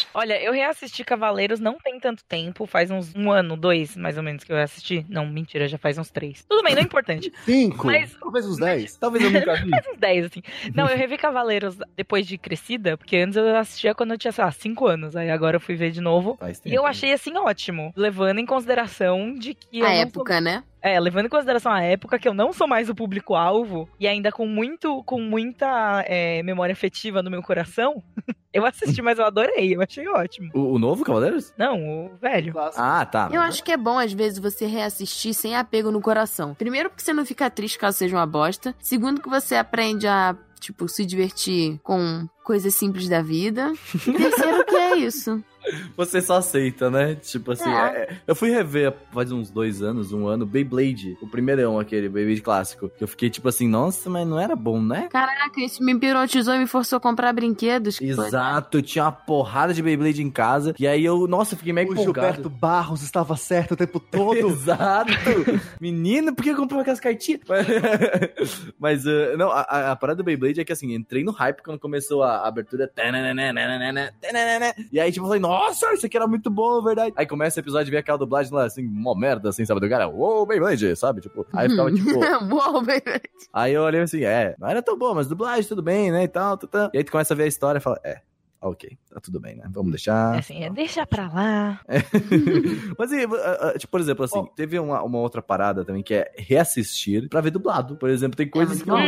Olha, eu reassisti Cavaleiros não tem tanto tempo, faz uns 1 ano, 2, mais ou menos, que eu reassisti. Não, mentira, já faz uns 3. Tudo bem, não é importante. 5, Mas- talvez uns 10. Talvez eu nunca vi. Faz uns 10, assim. Não, eu revi Cavaleiros depois de crescida, porque antes eu assistia quando eu tinha, sei lá, 5 anos. Aí agora eu fui ver de novo. Faz E tempo. eu achei, assim, ótimo. Levando em consideração de que eu A não sou- época, né? levando em consideração a época que eu não sou mais o público-alvo e ainda com muita memória afetiva no meu coração, eu assisti, mas eu adorei, eu achei ótimo. O novo Cavaleiros? Não, o velho. Ah, tá. Eu acho que é bom, às vezes, você reassistir sem apego no coração. Primeiro, porque você não fica triste caso seja uma bosta. Segundo, que você aprende a, tipo, se divertir com coisas simples da vida. E terceiro, que é isso. Você só aceita, né? Tipo assim, eu fui rever faz uns 2 anos, 1 ano, Beyblade, o primeirão, aquele Beyblade clássico. Que eu fiquei tipo assim, nossa, mas não era bom, né? Caraca, isso me hipnotizou e me forçou a comprar brinquedos. Que coisa. Exato, eu tinha uma porrada de Beyblade em casa. E aí eu, nossa, fiquei meio O empolgado. Gilberto Barros estava certo o tempo todo. Exato! Menino, por que eu comprei aquelas cartinhas? Mas não, a parada do Beyblade é que assim, entrei no hype quando começou a abertura. E aí, tipo, eu falei, nossa, isso aqui era muito bom, verdade. Aí começa o episódio e vê aquela dublagem lá, assim, mó merda, assim, sabe? Do cara, uou, Beyblade, sabe? Tipo, aí eu ficava tipo. Uou, baby. Aí eu olhei assim, não era tão bom, mas dublagem, tudo bem, né? E tal, E aí tu começa a ver a história e fala, ok, tá tudo bem, né? Vamos deixar. Assim, deixa pra lá. Mas, tipo, por exemplo, assim, teve uma outra parada também que é reassistir pra ver dublado. Por exemplo, tem coisas muito bom.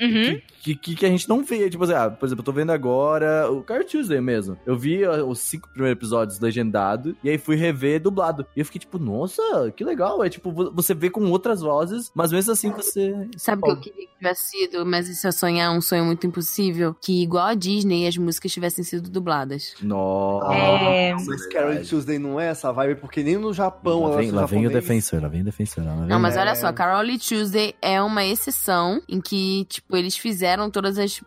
que a gente não vê. Tipo assim, por exemplo, eu tô vendo agora o Carol Tuesday mesmo. Eu vi os 5 primeiros episódios legendado e aí fui rever dublado. E eu fiquei tipo, nossa, que legal. É tipo, você vê com outras vozes, mas mesmo assim você... Sabe o que eu queria que tivesse sido, mas isso é sonhar um sonho muito impossível? Que igual a Disney, as músicas tivessem sido dubladas. Nossa. Mas Carol Tuesday não é essa vibe, porque nem no Japão Lá ela vem, lá vem o defensor, lá vem o defensor. Não, mas olha só, Carol Tuesday é uma exceção em que, tipo, eles fizeram todas as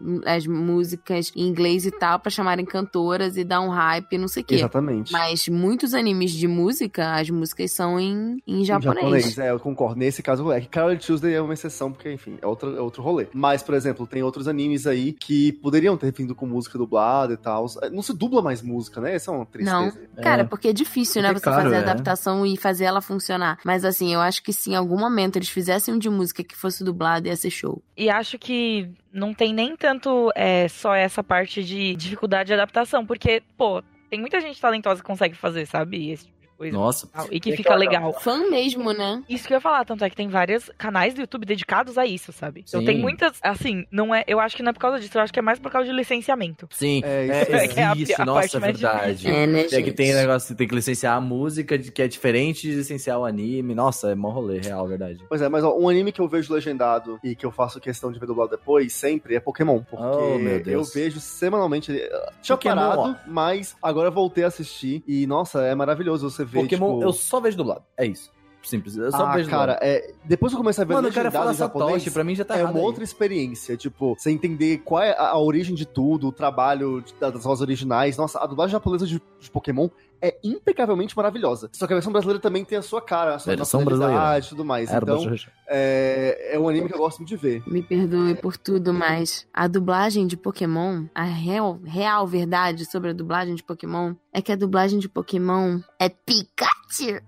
músicas em inglês e tal pra chamarem cantoras e dar um hype, não sei o quê. Exatamente. Mas muitos animes de música, as músicas são em japonês. Eu concordo. Nesse caso, é que Carol Tuesday é uma exceção, porque, enfim, é outro rolê. Mas, por exemplo, tem outros animes aí que poderiam ter vindo com música dublada e tal. Não se dubla mais música, né? Essa é uma tristeza. Não, cara, porque é difícil, né? Porque Você é caro, fazer a né? adaptação e fazer ela funcionar. Mas assim, eu acho que se em algum momento eles fizessem um de música que fosse dublado, ia ser show. E acho que não tem nem tanto só essa parte de dificuldade de adaptação, porque, pô, tem muita gente talentosa que consegue fazer, sabe? Esse tipo de coisa. Nossa. E que fica legal. Fã mesmo, né? Isso que eu ia falar, tanto é que tem vários canais do YouTube dedicados a isso, sabe? Então Sim. tem muitas, assim, não é, eu acho que não é por causa disso, eu acho que é mais por causa de licenciamento. Sim, isso é isso, a nossa, parte é mais verdade. difícil. É, né, É que gente? tem negócio, tem que licenciar a música, que é diferente de licenciar o anime. Nossa, é mó rolê, real, verdade. Pois é, mas ó, um anime que eu vejo legendado e que eu faço questão de ver dublado depois, sempre, é Pokémon. Porque Oh, meu eu Deus. vejo semanalmente. Tinha Pokémon, parado, mas agora eu voltei a assistir. E, nossa, é maravilhoso você ver, Pokémon, tipo... eu só vejo dublado. É isso. Simples. Eu só vejo cara, dublado. depois que eu comecei a ver Mano, o cara legendado fala em japonês, Satoshi, pra mim já tá é errado uma aí. outra experiência, tipo, você entender qual é a origem de tudo, o trabalho das vozes originais. Nossa, a dublagem japonesa de Pokémon é impecavelmente maravilhosa. Só que a versão brasileira também tem a sua cara, a sua Versão nacionalidade e tudo mais. Era Então, é um anime que eu gosto muito de ver. Me perdoe por tudo, mas a dublagem de Pokémon, a real verdade sobre a dublagem de Pokémon, é que a dublagem de Pokémon é Pikachu.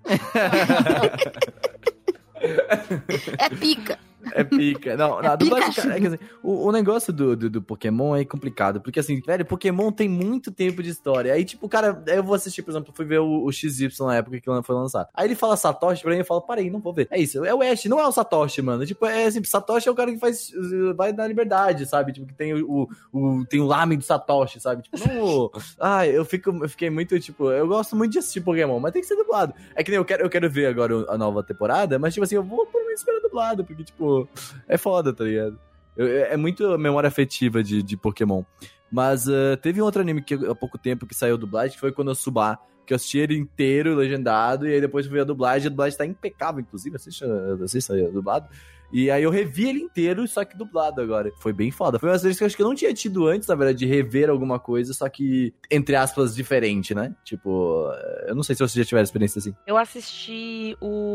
É pica. É pica. Não, É a dublagem, Pikachu. cara, é que assim, o negócio do Pokémon é complicado, porque assim, velho, Pokémon tem muito tempo de história. Aí, tipo, cara, eu vou assistir, por exemplo, fui ver o XY na época que foi lançado. Aí ele fala Satoshi pra mim, eu falo, parei, não vou ver. É isso, é o Ash, não é o Satoshi, mano. Tipo, é assim, Satoshi é o cara que vai na liberdade, sabe? Tipo, que tem tem o Lame do Satoshi, sabe? Tipo, não... eu fiquei muito, tipo, eu gosto muito de assistir Pokémon, mas tem que ser dublado. É que nem eu quero ver agora a nova temporada, mas, tipo assim, eu vou por uma espera dublado, porque, tipo, é foda, tá ligado? É muito memória afetiva de Pokémon. Mas teve um outro anime que há pouco tempo que saiu dublagem, que foi Konosuba, que eu assisti ele inteiro, legendado, e aí depois fui ver a dublagem tá impecável, inclusive, assista dublado. E aí eu revi ele inteiro, só que dublado agora. Foi bem foda. Foi uma vez que eu acho que eu não tinha tido antes, na verdade, de rever alguma coisa, só que, entre aspas, diferente, né? Tipo, eu não sei se você já tiver experiência assim. Eu assisti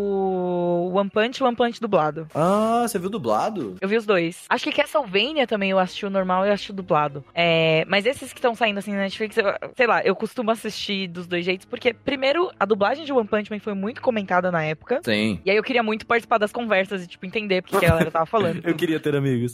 o One Punch dublado. Ah, você viu dublado? Eu vi os dois. Acho que Castlevania também eu assisti o normal e eu assisti o dublado. Mas esses que estão saindo assim na Netflix, sei lá, eu costumo assistir dos dois jeitos, porque, primeiro, a dublagem de One Punch Man foi muito comentada na época. Sim. E aí eu queria muito participar das conversas e, tipo, entender porque que a galera tava falando. Eu queria ter amigos.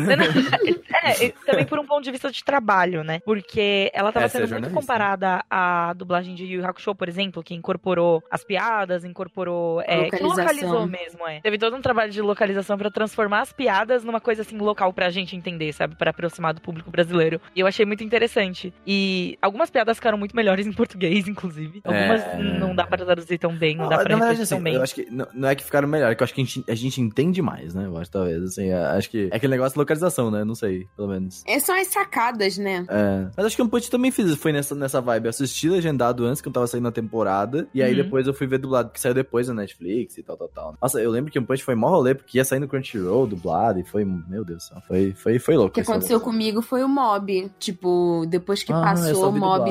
Também por um ponto de vista de trabalho, né? Porque ela tava sendo muito comparada à dublagem de Yu Yu Hakusho, por exemplo, que incorporou as piadas, incorporou... que localizou mesmo, Teve todo um trabalho de localização pra transformar as piadas numa coisa, assim, local pra gente entender, sabe? Pra aproximar do público brasileiro. E eu achei muito interessante. E algumas piadas ficaram muito melhores em português, inclusive. Algumas não dá pra traduzir tão bem, não dá pra repetir tão bem. Eu acho que não é que ficaram melhores, é que eu acho que a gente entende mais, né? Eu acho, talvez, assim, acho que é aquele negócio de localização, né? Não sei, pelo menos. São as sacadas, né? Mas acho que o One Punch também foi nessa vibe. Eu assisti legendado antes, que eu tava saindo na temporada, e aí depois eu fui ver dublado, que saiu depois na Netflix e tal. Nossa, eu lembro que o One Punch foi mó rolê, porque ia sair no Crunchyroll dublado, e foi, meu Deus do céu, foi louco. O que aconteceu comigo foi o Mob, tipo, depois que passou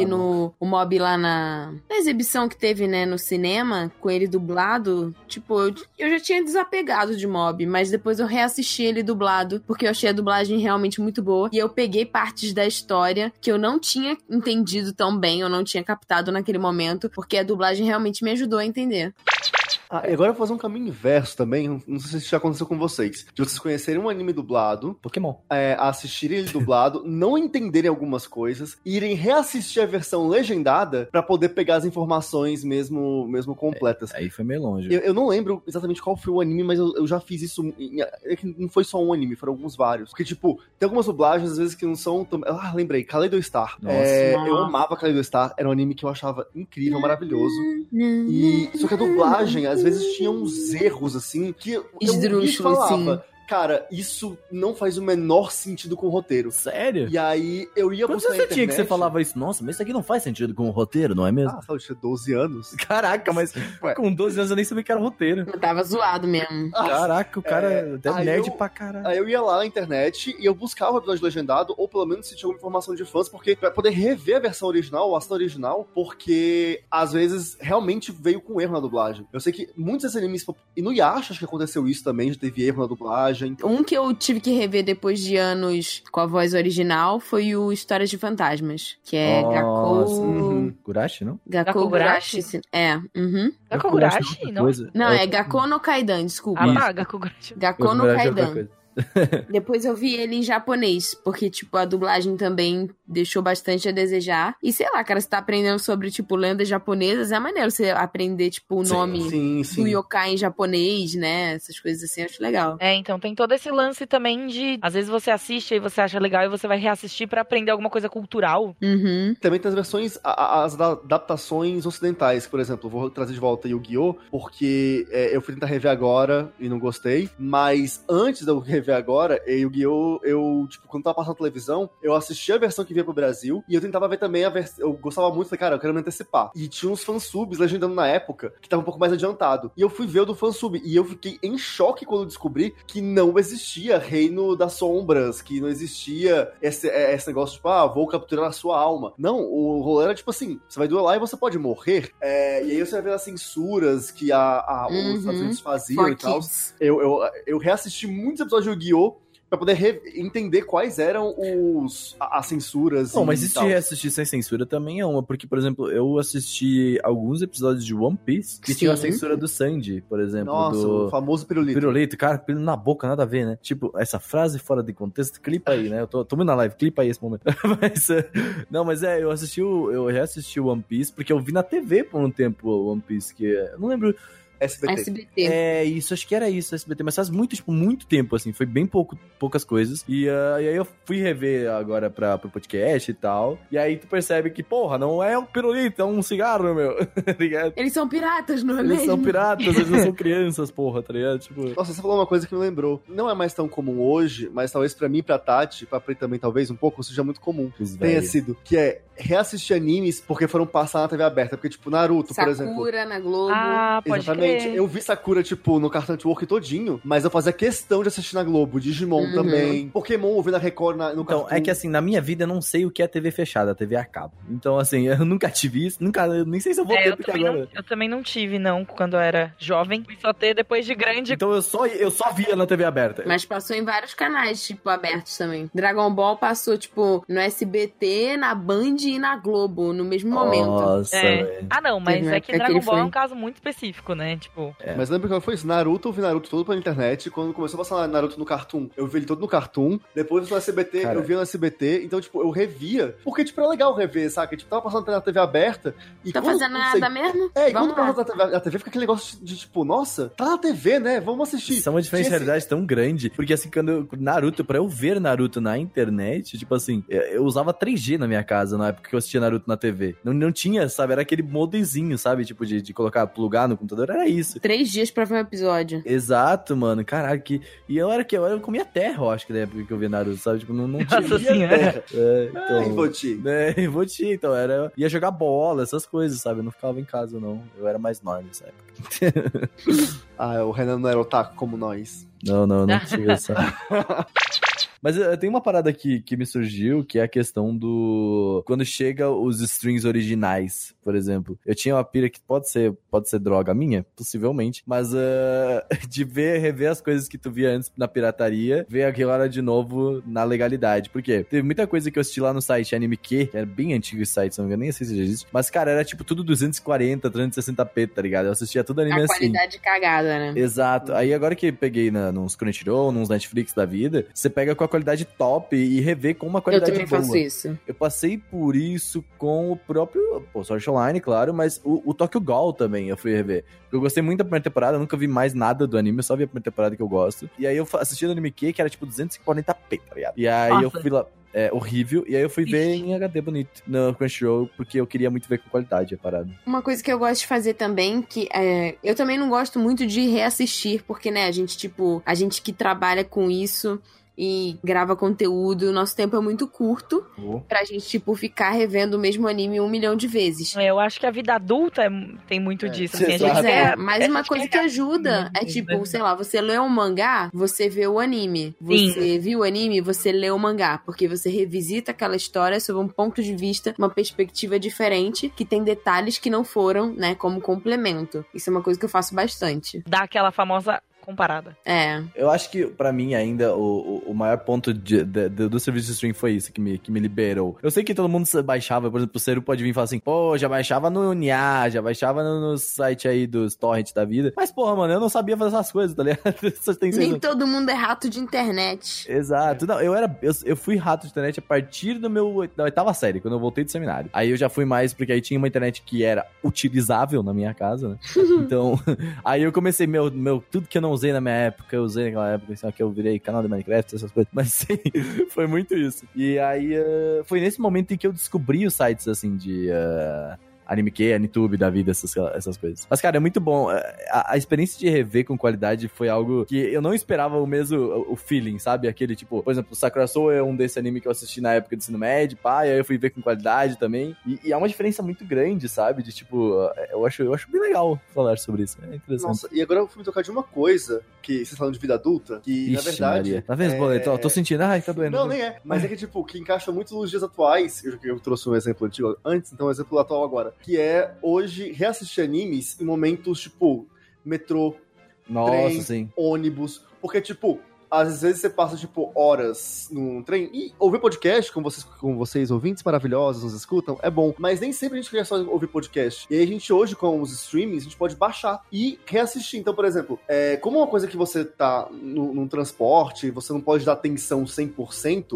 o Mob lá na exibição que teve, né, no cinema, com ele dublado, tipo, eu já tinha desapegado de Mob, mas depois eu reassisti ele dublado, porque eu achei a dublagem realmente muito boa, e eu peguei partes da história que eu não tinha entendido tão bem, eu não tinha captado naquele momento, porque a dublagem realmente me ajudou a entender. E agora eu vou fazer um caminho inverso também, não sei se isso já aconteceu com vocês, de vocês conhecerem um anime dublado, Pokémon, assistirem ele dublado, não entenderem algumas coisas, e irem reassistir a versão legendada pra poder pegar as informações mesmo completas. Aí foi meio longe. Eu não lembro exatamente qual foi o anime, mas eu já fiz isso, não foi só um anime, foram alguns vários, porque tipo, tem algumas dublagens às vezes que não são lembrei, Kaleido Star. Eu amava Kaleido Star, era um anime que eu achava incrível, maravilhoso, e só que a dublagem às vezes tinha uns erros, assim, que eu falava, assim. Cara, isso não faz o menor sentido com o roteiro. Sério? E aí eu ia buscar na internet. Tinha que você falava isso? Nossa, mas isso aqui não faz sentido com o roteiro, não é mesmo? Eu tinha 12 anos. Caraca, mas com 12 anos eu nem sabia que era roteiro. Eu tava zoado mesmo. Caraca, o cara é nerd pra caralho. Aí eu ia lá na internet e eu buscava o episódio legendado, ou pelo menos se tinha alguma informação de fãs, porque pra poder rever a versão original, ou a ação original, porque às vezes realmente veio com erro na dublagem. Eu sei que muitos desses animes, e no Yasha acho que aconteceu isso também, já teve erro na dublagem. Um que eu tive que rever depois de anos com a voz original foi o Histórias de Fantasmas, que é Gakkou... Gurashi, não? Gakkou Gurashi? Gakkou Gurashi? Não? Não, é Gakkou no Kaidan, desculpa. Gakkou Gurashi. Gakkou no Kaidan. Depois eu vi ele em japonês, porque, tipo, a dublagem também deixou bastante a desejar. E sei lá, cara, você tá aprendendo sobre, tipo, lendas japonesas, é maneiro você aprender, tipo, o nome do yokai em japonês, né? Essas coisas assim, eu acho legal. Então tem todo esse lance também de, às vezes você assiste e você acha legal e você vai reassistir pra aprender alguma coisa cultural. Também tem as versões, as adaptações ocidentais, por exemplo, vou trazer de volta Yu-Gi-Oh! Porque eu fui tentar rever agora e não gostei, mas antes de eu rever agora, Yu-Gi-Oh! Eu, tipo, quando tava passando na televisão, eu assistia a versão que veio pro Brasil e eu tentava ver também a versão. Eu gostava muito, falei, cara, eu quero me antecipar. E tinha uns fansubs legendando na época que tava um pouco mais adiantado. E eu fui ver o do fansub e eu fiquei em choque quando eu descobri que não existia Reino das Sombras, que não existia esse negócio, tipo, vou capturar a sua alma. Não, o rolê era tipo assim, você vai duelar e você pode morrer. E aí você vai ver as censuras que os Estados Unidos faziam e tal. Eu reassisti muitos episódios de Yu-Gi-Oh! Pra poder entender quais eram as censuras. Não, mas isso de reassistir sem censura também é uma, porque, por exemplo, eu assisti alguns episódios de One Piece que tinha a censura do Sanji, por exemplo. Nossa, o famoso pirulito. Pirulito, cara, pirulito na boca, nada a ver, né? Tipo, essa frase fora de contexto, clipa aí, né? Eu tô muito na live, clipa aí esse momento. Mas eu reassisti o One Piece porque eu vi na TV por um tempo o One Piece, que eu não lembro... SBT. Isso, acho que era isso, SBT, mas faz muito tempo, assim, foi bem poucas coisas, e aí eu fui rever agora pro podcast e tal, e aí tu percebe que, porra, não é um pirulito, é um cigarro, meu, tá ligado? Eles são piratas, não é mesmo? Eles são piratas, eles não são crianças, porra, tá ligado? Tipo... Nossa, você falou uma coisa que me lembrou, não é mais tão comum hoje, mas talvez pra mim e pra Tati, pra Pri também talvez um pouco, seja muito comum, tenha sido, que é reassistir animes porque foram passar na TV aberta, porque tipo, Naruto, Sakura, por exemplo. na Globo. Pode crer. Gente, eu vi Sakura, tipo, no Cartoon Network todinho, mas eu fazia questão de assistir na Globo. Digimon também. Pokémon eu vi na Record, no Então, Cartoon. é que assim, na minha vida eu não sei o que é TV fechada, a TV a cabo. Então, assim, eu nunca tive isso, nem sei se eu vou ter, porque agora... Eu também não tive, não, quando eu era jovem. Fui só ter depois de grande. Então eu só via na TV aberta. Mas passou em vários canais, tipo, abertos também. Dragon Ball passou, tipo, no SBT, na Band e na Globo, no mesmo momento. Nossa, velho. Ah, não, mas é que Dragon Ball foi. é um caso muito específico, né? Tipo... Mas lembra que foi isso? Naruto, eu vi Naruto todo pela internet. Quando começou a passar Naruto no Cartoon, eu vi ele todo no Cartoon. Depois no SBT, Cara, eu vi no SBT. Então, tipo, eu revia. Porque, tipo, era legal rever, saca? Tipo, tava passando na TV aberta. E Tá quando, fazendo nada mesmo? É, e Vamos quando lá. passa na TV, fica aquele negócio de, tipo, nossa, tá na TV, né? Vamos assistir. Isso é uma diferencialidade tão grande. Porque assim, Naruto, pra eu ver Naruto na internet, tipo assim, eu usava 3G na minha casa na época que eu assistia Naruto na TV. Não tinha, sabe? Era aquele modezinho, sabe? Tipo, de colocar, plugar no computador, era isso. 3 dias pra ver um episódio. Exato, mano. Caraca, e eu comia terra, eu acho que na época que eu via Naruto, sabe? Tipo, não Nossa tinha senhora. Então ia jogar bola, essas coisas, sabe? Eu não ficava em casa, não. Eu era mais normal nessa época. O Renan não era otaku como nós. Não tive essa. Mas tem uma parada aqui que me surgiu, que é a questão do... Quando chega os streams originais, por exemplo. Eu tinha uma pira que pode ser droga minha, possivelmente, mas de rever as coisas que tu via antes na pirataria, ver aquilo lá de novo na legalidade. Por quê? Teve muita coisa que eu assisti lá no site AnimeQ, que era bem antigo esse site, não nem sei se já existe, mas, cara, era tipo tudo 240, 360p, tá ligado? Eu assistia tudo anime assim. A qualidade cagada, né? Exato. Aí agora que peguei nos Crunchyroll, nos Netflix da vida, você pega com a qualidade top e rever com uma qualidade boa. Eu também faço isso. Eu passei por isso com o próprio Sword Art Online, claro, mas o Tokyo Ghoul também eu fui rever. Eu gostei muito da primeira temporada, eu nunca vi mais nada do anime, eu só vi a primeira temporada que eu gosto. E aí eu assisti no Anime que era tipo 240p, tá ligado? E aí eu fui lá... É horrível. E aí eu fui ver em HD bonito no Crunchyroll, porque eu queria muito ver com qualidade a parada. Uma coisa que eu gosto de fazer também, que eu também não gosto muito de reassistir, porque, né, a gente que trabalha com isso e grava conteúdo, o nosso tempo é muito curto pra gente, tipo, ficar revendo o mesmo anime 1 milhão de vezes. Eu acho que a vida adulta tem muito disso. Assim, mas uma coisa que ajuda é, tipo, sei lá, você lê um mangá, você vê o anime. Você viu o anime, você lê o mangá. Porque você revisita aquela história sob um ponto de vista, uma perspectiva diferente, que tem detalhes que não foram, né, como complemento. Isso é uma coisa que eu faço bastante. Dá aquela famosa comparada. Eu acho que, pra mim, ainda, o maior ponto do serviço de stream foi isso, que me liberou. Eu sei que todo mundo baixava, por exemplo, o Seru pode vir e falar assim, pô, já baixava no Nia, já baixava no site aí dos torrents da vida. Mas, porra, mano, eu não sabia fazer essas coisas, tá ligado? Nem todo mundo é rato de internet. Exato. Não, eu fui rato de internet a partir da 8ª série, quando eu voltei do seminário. Aí eu já fui mais, porque aí tinha uma internet que era utilizável na minha casa, né? Então, aí eu comecei, tudo que eu não usei na minha época, eu usei naquela época, assim, que eu virei canal de Minecraft, essas coisas, mas sim, foi muito isso. E aí, foi nesse momento em que eu descobri os sites, assim, de... AnimeQ, Anitube da vida, essas coisas. Mas, cara, é muito bom. A experiência de rever com qualidade foi algo que eu não esperava o feeling, sabe? Aquele tipo, por exemplo, Sakura Soul é um desse anime que eu assisti na época do ensino médio, pá, e aí eu fui ver com qualidade também. E é uma diferença muito grande, sabe? De tipo, eu acho bem legal falar sobre isso. É interessante. Nossa, e agora eu fui me tocar de uma coisa, que vocês falam de vida adulta, que na verdade... Maria. Tá vendo, boleto? Tô sentindo, tá doendo. Não, nem é. Mas é que, tipo, que encaixa muito nos dias atuais, eu trouxe um exemplo antigo antes, então um exemplo atual agora, que é hoje reassistir animes em momentos tipo metrô, trem, ônibus, porque tipo, às vezes você passa, tipo, horas num trem e ouvir podcast, como vocês ouvintes maravilhosos nos escutam, é bom. Mas nem sempre a gente quer só ouvir podcast. E aí a gente hoje, com os streamings, a gente pode baixar e reassistir. Então, por exemplo, como uma coisa que você tá num transporte, você não pode dar atenção 100%,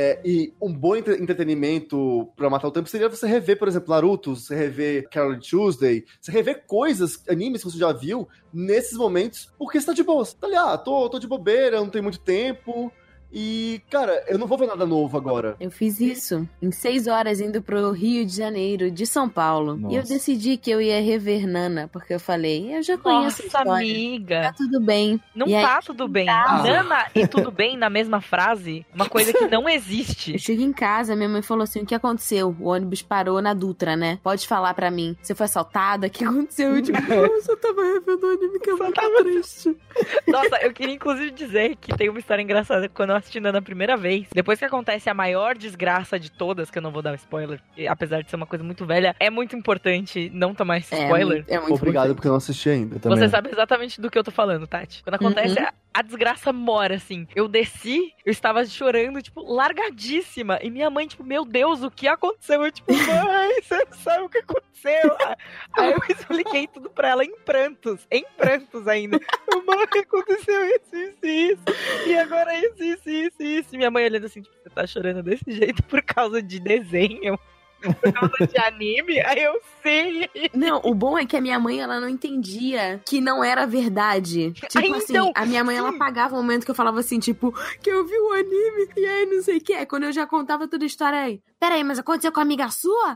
e um bom entretenimento pra matar o tempo seria você rever, por exemplo, Naruto, você rever Carol Tuesday, você rever coisas, animes que você já viu, nesses momentos, porque você tá de boa. Você tá ali, tô de bobeira, não tem muito tempo, E, cara, eu não vou ver nada novo agora. Eu fiz isso em 6 horas indo pro Rio de Janeiro, de São Paulo. Nossa. E eu decidi que eu ia rever Nana, porque eu falei, eu já conheço a Nossa, história. amiga. Tá tudo bem. Não E tá aí, tudo bem. tá. Nana e tudo bem na mesma frase, uma coisa que não existe. Eu cheguei em casa, minha mãe falou assim, o que aconteceu? O ônibus parou na Dutra, né? Pode falar pra mim. Você foi assaltada? O que aconteceu? Eu tipo, eu só tava revendo o anime que eu muito triste. Nossa, eu queria inclusive dizer que tem uma história engraçada. Quando eu assisti Nana a primeira vez, depois que acontece a maior desgraça de todas, que eu não vou dar spoiler, apesar de ser uma coisa muito velha, é muito importante não tomar esse spoiler. É muito Obrigado, importante. porque eu não assisti ainda. Você sabe exatamente do que eu tô falando, Tati. Quando acontece, a desgraça mora, assim. Eu desci, eu estava chorando, tipo, largadíssima. E minha mãe, tipo, meu Deus, o que aconteceu? Eu, tipo, mãe, você não sabe o que aconteceu? Aí eu expliquei tudo pra ela em prantos ainda. Mãe, aconteceu isso. E agora isso. E minha mãe olhando assim, tipo, você tá chorando desse jeito por causa de desenho? Por causa de anime? Aí eu sei. Não, o bom é que a minha mãe, ela não entendia que não era verdade. Tipo Aí, assim, então, a minha mãe, ela apagava o momento que eu falava assim, tipo, que eu vi o anime, e aí não sei o que. Aí quando eu já contava toda a história aí, peraí, mas aconteceu com a amiga sua?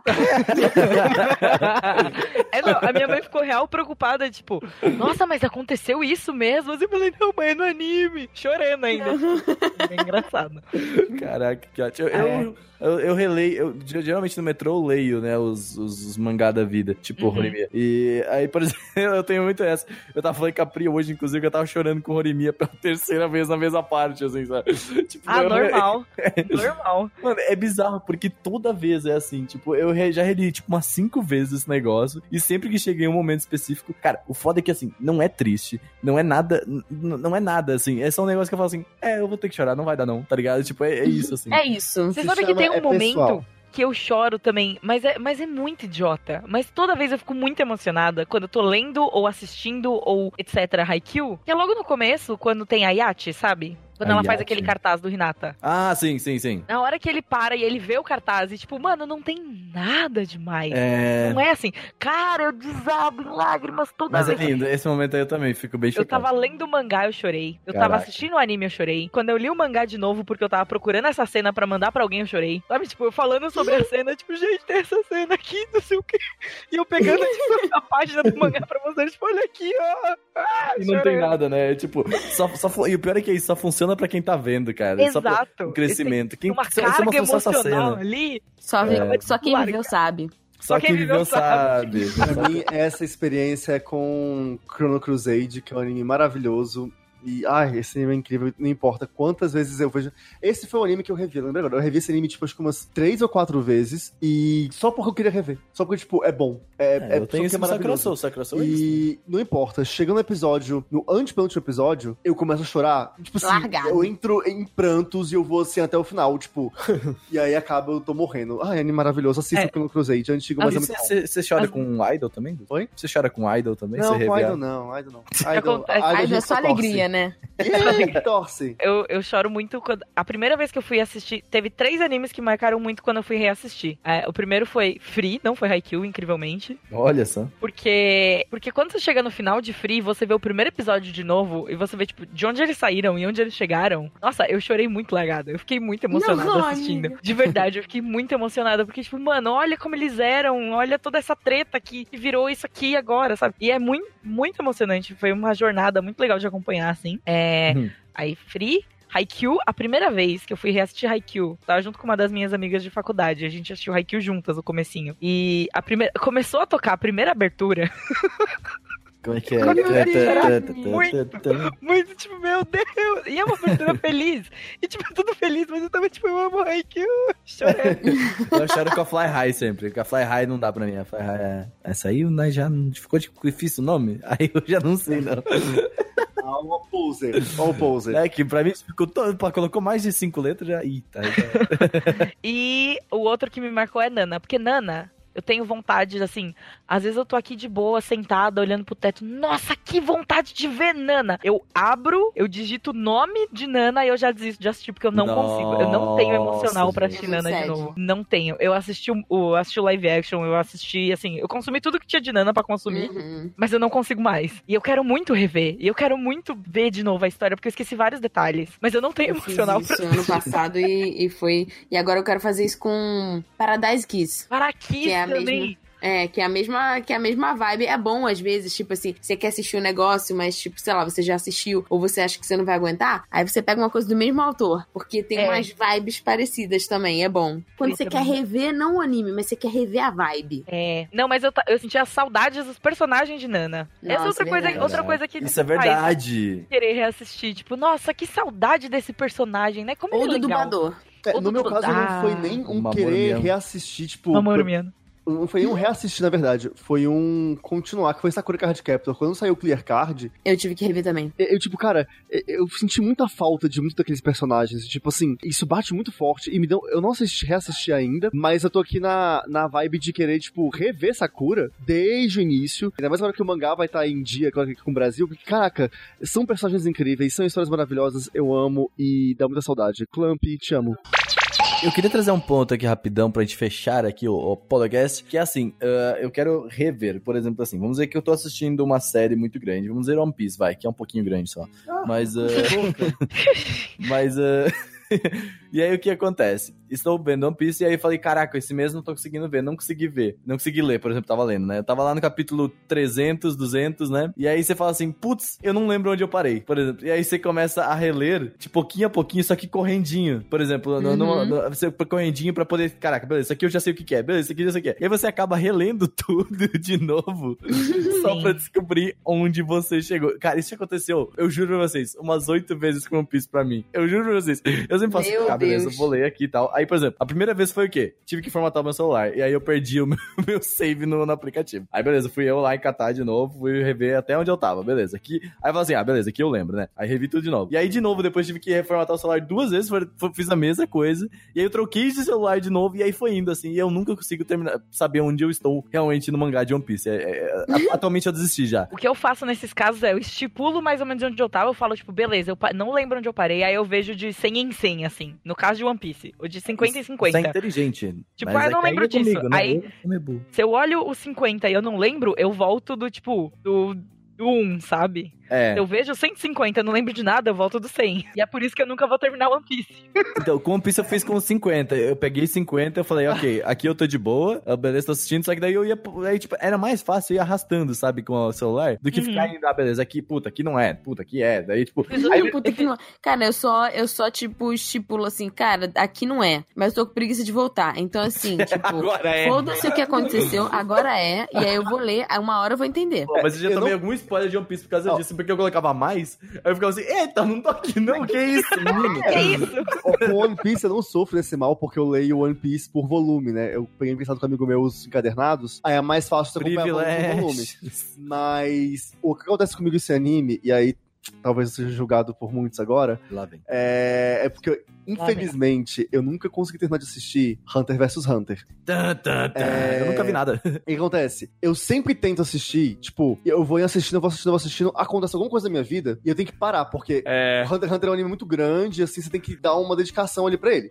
Não, a minha mãe ficou real preocupada, tipo, nossa, mas aconteceu isso mesmo? Eu falei, não, mãe, no anime. Chorando ainda. É engraçado. Caraca, que ótimo. Eu releio, geralmente no metrô eu leio, né, os mangá da vida, tipo Horimiya. E aí, por exemplo, eu tenho muito essa. Eu tava falando com a Pri hoje, inclusive, que eu tava chorando com Horimiya pela terceira vez na mesma parte, assim, sabe? Tipo, normal. Normal. Mano, é bizarro, porque toda vez é assim, tipo, eu já reli, tipo, umas 5 vezes esse negócio, e sempre que cheguei em um momento específico, cara, o foda é que, assim, não é triste, não é nada, assim, é só um negócio que eu falo assim, eu vou ter que chorar, não vai dar não, tá ligado? Tipo, é isso, assim. É isso. Você sabe que tem um momento pessoal. que eu choro também, mas é muito idiota. Mas toda vez eu fico muito emocionada quando eu tô lendo ou assistindo ou etc. Haikyuu, que é logo no começo, quando tem a Yachi, sabe? Quando ela faz aquele cartaz do Hinata. Ah, sim. Na hora que ele para e ele vê o cartaz e tipo, mano, não tem nada demais. É... Não é assim, cara, eu desabo em lágrimas toda Mas vez. é lindo, esse momento aí eu também fico bem Eu chocado. tava lendo o mangá, eu chorei. Eu Caraca. tava assistindo o anime, eu chorei. Quando eu li o mangá de novo, porque eu tava procurando essa cena pra mandar pra alguém, eu chorei. Sabe, tipo, eu falando sobre a cena, tipo, gente, tem essa cena aqui, não sei o quê. E eu pegando, tipo, a página do mangá pra mostrar, tipo, olha aqui, ó. E não tem nada, né? Tipo, e o pior é que isso só funciona pra quem tá vendo, cara. Exato. Só o crescimento. Tem uma carga emocional ali. Só quem viveu sabe. Só quem viveu sabe. Pra mim, essa experiência é com Chrono Crusade, que é um anime maravilhoso. E, esse anime é incrível, não importa quantas vezes eu vejo. Esse foi o anime que eu revi, lembra agora? Eu revi esse anime, tipo, acho que umas 3 ou 4 vezes. E só porque eu queria rever. Só porque, tipo, é bom. Eu tenho isso no Sakura Soul, E não importa, chega no episódio, no antepenúltimo episódio, eu começo a chorar. Tipo assim, Largado. eu entro em prantos e eu vou assim até o final, tipo. E aí acaba, eu tô morrendo. Anime maravilhoso, assista Chrono Crusade, é antigo, mas é muito bom. Você chora com Idol também? Oi? Você chora com Idol também? Não, Você com revê Idol não. Idol Aí é só alegria, né? Torce. Eu choro muito quando... A primeira vez que eu fui assistir... Teve 3 animes que marcaram muito quando eu fui reassistir. O primeiro foi Free, não foi Haikyuu, incrivelmente. Olha só. Porque quando você chega no final de Free, você vê o primeiro episódio de novo e você vê, tipo, de onde eles saíram e onde eles chegaram. Nossa, eu chorei muito largada. Eu fiquei muito emocionada assistindo. Amiga. De verdade, eu fiquei muito emocionada. Porque, tipo, mano, olha como eles eram. Olha toda essa treta que virou isso aqui agora, sabe? E é muito, muito emocionante. Foi uma jornada muito legal de acompanhar, assim. Aí, Free... Haikyuu, a primeira vez que eu fui reassistir Haikyuu, tava junto com uma das minhas amigas de faculdade. A gente assistiu Haikyuu juntas no comecinho. E começou a tocar a primeira abertura. Como é que é? Muito, tipo, meu Deus. E é uma abertura feliz. E, tipo, tudo feliz, mas eu tava, tipo, eu amo Haikyuu. Chorando. Eu choro com a Fly High sempre. Com a Fly High não dá pra mim. A Fly High essa aí já ficou difícil o nome? Aí eu já não sei, não. All poser. É que pra mim ficou todo. Colocou mais de 5 letras já. Eita. E o outro que me marcou é Nana. Porque Nana Eu tenho vontade, assim, às vezes eu tô aqui de boa, sentada, olhando pro teto. Nossa, que vontade de ver Nana! Eu abro, eu digito o nome de Nana e eu já desisto de assistir, porque eu não consigo. Eu não tenho emocional pra assistir Nana de novo. Não tenho. Eu assisti o live action, eu assisti, assim, eu consumi tudo que tinha de Nana pra consumir, mas eu não consigo mais. E eu quero muito rever. E eu quero muito ver de novo a história, porque eu esqueci vários detalhes. Mas eu não tenho emocional pra assistir. Ano passado e foi... E agora eu quero fazer isso com Paradise Kiss. Kiss também. Que é a mesma vibe. É bom, às vezes, tipo assim, você quer assistir um negócio, mas, tipo, sei lá, você já assistiu, ou você acha que você não vai aguentar, aí você pega uma coisa do mesmo autor, porque tem umas vibes parecidas também, é bom. Quando você quer rever, não o anime, mas você quer rever a vibe. Não, mas eu senti as saudades dos personagens de Nana. Nossa, essa é outra coisa que isso é verdade. Querer reassistir, tipo, nossa, que saudade desse personagem, né? Como ou ele é do legal. dublador. No meu caso, não foi nem um querer reassistir, tipo... Não foi um reassistir, na verdade. Foi um continuar, que foi Sakura Card Captor. Quando saiu o Clear Card... Eu tive que rever também. Tipo, cara, eu senti muita falta de muitos daqueles personagens. Tipo assim, isso bate muito forte. E me deu... Eu não reassisti ainda, mas eu tô aqui na vibe de querer, tipo, rever Sakura desde o início. Ainda mais agora que o mangá vai estar em dia com o Brasil. Porque, caraca, são personagens incríveis, são histórias maravilhosas. Eu amo e dá muita saudade. Clamp, te amo. Eu queria trazer um ponto aqui rapidão pra gente fechar aqui o podcast, que é assim, eu quero rever, por exemplo, assim, vamos dizer que eu tô assistindo uma série muito grande, vamos dizer One Piece, que é um pouquinho grande só, mas... E aí o que acontece? Estou vendo One Piece e aí falei, caraca, esse mês não tô conseguindo ver, não consegui ler, por exemplo, tava lendo, né? Eu tava lá no capítulo 300, 200, né? E aí você fala assim, putz, eu não lembro onde eu parei, por exemplo. E aí você começa a reler, de pouquinho a pouquinho, só que correndinho, por exemplo, você correndinho pra poder, caraca, beleza, isso aqui eu já sei o que é, beleza, isso aqui eu já sei o que é. E aí você acaba relendo tudo de novo, só pra descobrir onde você chegou. Cara, isso aconteceu, eu juro pra vocês, umas 8 vezes com One Piece pra mim. Eu juro pra vocês. Eu sempre faço assim, beleza, eu vou ler aqui e tal. Aí, por exemplo, a primeira vez foi o quê? Tive que formatar o meu celular. E aí eu perdi o meu save no aplicativo. Aí, beleza, fui eu lá encatar de novo, fui rever até onde eu tava, beleza. Aqui, aí eu falei assim, beleza, aqui eu lembro, né? Aí revi tudo de novo. E aí, de novo, depois tive que reformatar o celular 2 vezes, fiz a mesma coisa. E aí eu troquei de celular de novo, e aí foi indo, assim. E eu nunca consigo saber onde eu estou realmente no mangá de One Piece. Atualmente eu desisti já. O que eu faço nesses casos eu estipulo mais ou menos onde eu tava, eu falo, tipo, beleza, eu não lembro onde eu parei, aí eu vejo de 100 em 100, assim. No caso de One Piece, o de 50 em 50. Isso é inteligente. Tipo, eu não lembro disso. Comigo, né? Aí, se eu olho o 50 e eu não lembro, eu volto do 1, sabe? Eu vejo 150, eu não lembro de nada, eu volto do 100. E é por isso que eu nunca vou terminar One Piece. Então, com One Piece eu fiz com 50. Eu peguei 50, eu falei, ok, aqui eu tô de boa, beleza, tô assistindo, só que daí eu ia, aí, tipo, era mais fácil ir arrastando, sabe, com o celular, do que ficar indo, beleza, aqui, puta, aqui não é, puta, aqui é, daí, tipo... Puta, não... Cara, eu só, tipo, estipulo assim, cara, aqui não é, mas eu tô com preguiça de voltar. Então, assim, tipo, foda-se o que aconteceu, agora é, e aí eu vou ler, aí uma hora eu vou entender. Pô, mas eu já tomei algum spoiler de One Piece por causa disso, porque eu colocava mais, aí eu ficava assim, eita, não tô aqui não, que isso, menino? Que isso? Com One Piece eu não sofro desse mal, porque eu leio One Piece por volume, né? Eu peguei emprestado com um amigo meu os encadernados, aí é mais fácil você acompanhar por volume. Mas o que acontece comigo esse anime, e aí talvez eu seja julgado por muitos agora, lá vem. É porque, infelizmente, eu nunca consegui terminar de assistir Hunter vs Hunter. Eu nunca vi nada. O que acontece? Eu sempre tento assistir, tipo, eu vou assistindo, acontece alguma coisa na minha vida e eu tenho que parar, porque Hunter x Hunter é um anime muito grande, assim, você tem que dar uma dedicação ali pra ele.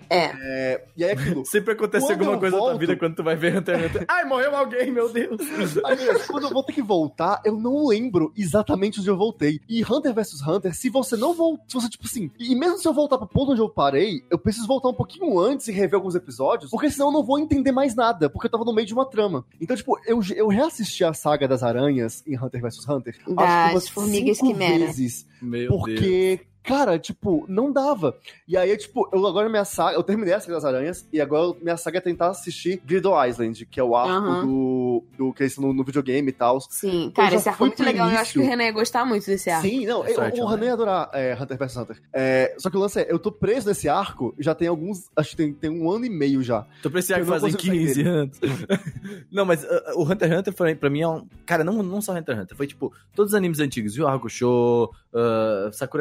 E aí aquilo... Sempre acontece alguma coisa na tua vida quando tu vai ver Hunter x Hunter. Ai, morreu alguém, meu Deus! Aí, quando eu vou ter que voltar, eu não lembro exatamente onde eu voltei. E Hunter vs Hunter, se você não voltar, se você, tipo assim, e mesmo se eu voltar pro ponto onde eu parei, eu preciso voltar um pouquinho antes e rever alguns episódios, porque senão eu não vou entender mais nada, porque eu tava no meio de uma trama. Então, tipo, eu reassisti a saga das aranhas em Hunter vs Hunter, acho que umas formigas 5 quimera vezes. Meu porque... Deus. Cara, tipo, não dava. E aí, tipo, eu terminei a Saga das Aranhas, e agora minha saga é tentar assistir Griddle Island, que é o arco do que é isso no videogame e tal. Sim, cara, esse arco é muito legal, eu acho que o Renan ia gostar muito desse arco. Sim, não, o Renan ia adorar Hunter vs Hunter. Só que o lance é, eu tô preso nesse arco, já tem acho que tem 1 ano e meio já. Tô preso nesse arco fazem 15 anos. Não, mas o Hunter x Hunter pra mim é um... Cara, não só Hunter x Hunter, foi tipo, todos os animes antigos, Yu Hakusho, Sakura Card Captor,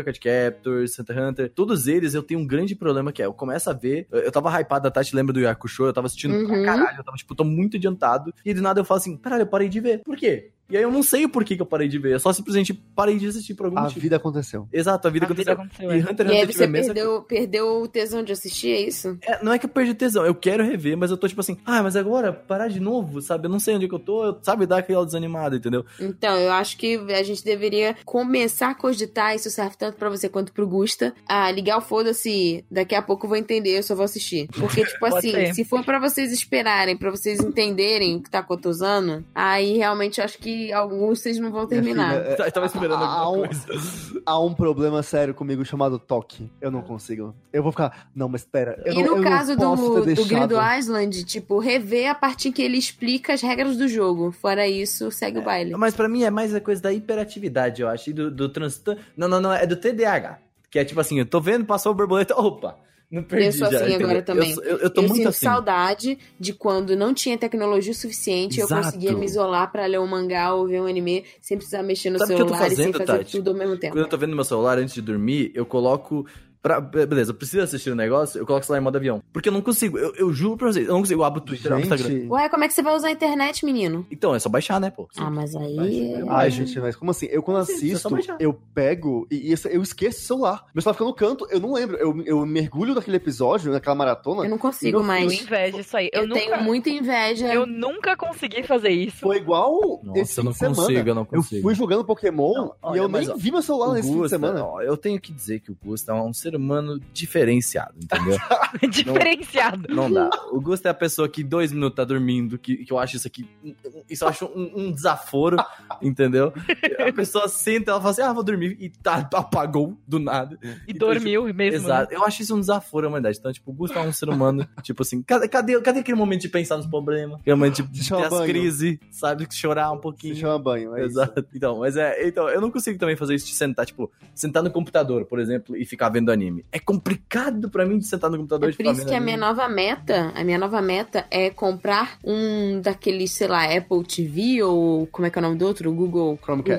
Raptors, Hunter x Hunter, todos eles eu tenho um grande problema que é, eu começo a ver, eu tava hypado, a Tati lembra do Yakusho, eu tava assistindo pra caralho, eu tava tipo, tô muito adiantado, e do nada eu falo assim, caralho, eu parei de ver. Por quê? E aí eu não sei o porquê que eu parei de ver. Eu só simplesmente parei de assistir por algum motivo. A vida aconteceu. Exo, a vida aconteceu. E Hunter x Hunter você perdeu o tesão de assistir, é isso? Não é que eu perdi tesão, eu quero rever, mas eu tô tipo assim, mas agora, parar de novo, sabe? Eu não sei onde é que eu tô, sabe? Dar aquela desanimada, entendeu? Então, eu acho que a gente deveria começar a cogitar, isso serve tanto pra você quanto pro Gusta, ligar o foda-se, daqui a pouco eu vou entender, eu só vou assistir. Porque, tipo assim, se for pra vocês esperarem, pra vocês entenderem o que tá cotosando, aí realmente eu acho que alguns vocês não vão terminar. Eu tava esperando alguma coisa. Há um problema sério comigo chamado toque. Eu não consigo. Eu vou ficar, não, mas espera. No caso do Grido Island, tipo, rever a parte que ele explica as regras do jogo. Fora isso, segue o baile. Mas pra mim é mais a coisa da hiperatividade, eu acho, e do transtorno. Não, é do TDAH. Que é tipo assim, eu tô vendo, passou o borboleta, opa! Não perdi. Eu sou assim agora também. Eu tô muito sinto assim. saudade de quando não tinha tecnologia suficiente. Exato. Eu conseguia me isolar pra ler um mangá ou ver um anime sem precisar mexer no Sabe celular o que eu tô fazendo, e sem fazer Tati? tudo ao mesmo tempo. Quando eu tô vendo no meu celular antes de dormir, eu coloco... Beleza, eu preciso assistir um negócio, eu coloco o celular em modo avião. Porque eu não consigo, eu juro pra vocês, eu não consigo, eu abro o Twitter, abro o Instagram. Ué, como é que você vai usar a internet, menino? Então, é só baixar, né, pô? Mas aí... Ai, gente, mas como assim? Eu quando assisto, eu pego e eu esqueço o celular. Meu celular fica no canto, eu não lembro. Eu mergulho naquele episódio, naquela maratona. Eu não consigo mais. Eu invejo isso aí. Eu tenho muita inveja. Eu nunca consegui fazer isso. Foi igual Nossa, eu não consigo. Eu fui jogando Pokémon e eu nem vi meu celular nesse fim de semana. Eu tenho que dizer que o Gusta é um ser humano diferenciado, entendeu? Diferenciado. Não dá. O Gusta é a pessoa que 2 minutos tá dormindo, que eu acho isso aqui... Isso eu acho um desaforo, entendeu? A pessoa senta, ela fala assim, vou dormir, e apagou do nada. E dormiu tipo, mesmo. Exato. Né? Eu acho isso um desaforo, a humanidade. Então, tipo, o Gusta é um ser humano, tipo assim, cadê aquele momento de pensar nos problemas? Aquele momento de ter as crises, sabe? Chorar um pouquinho. Se chama banho, é Exato. Isso. Então, eu não consigo também fazer isso de sentar, tipo, sentar no computador, por exemplo, e ficar vendo anime. É complicado pra mim de sentar no computador e ficar vendo anime. Por isso que a minha nova meta é comprar um daqueles, sei lá, Apple TV ou como é que é o nome do outro? Google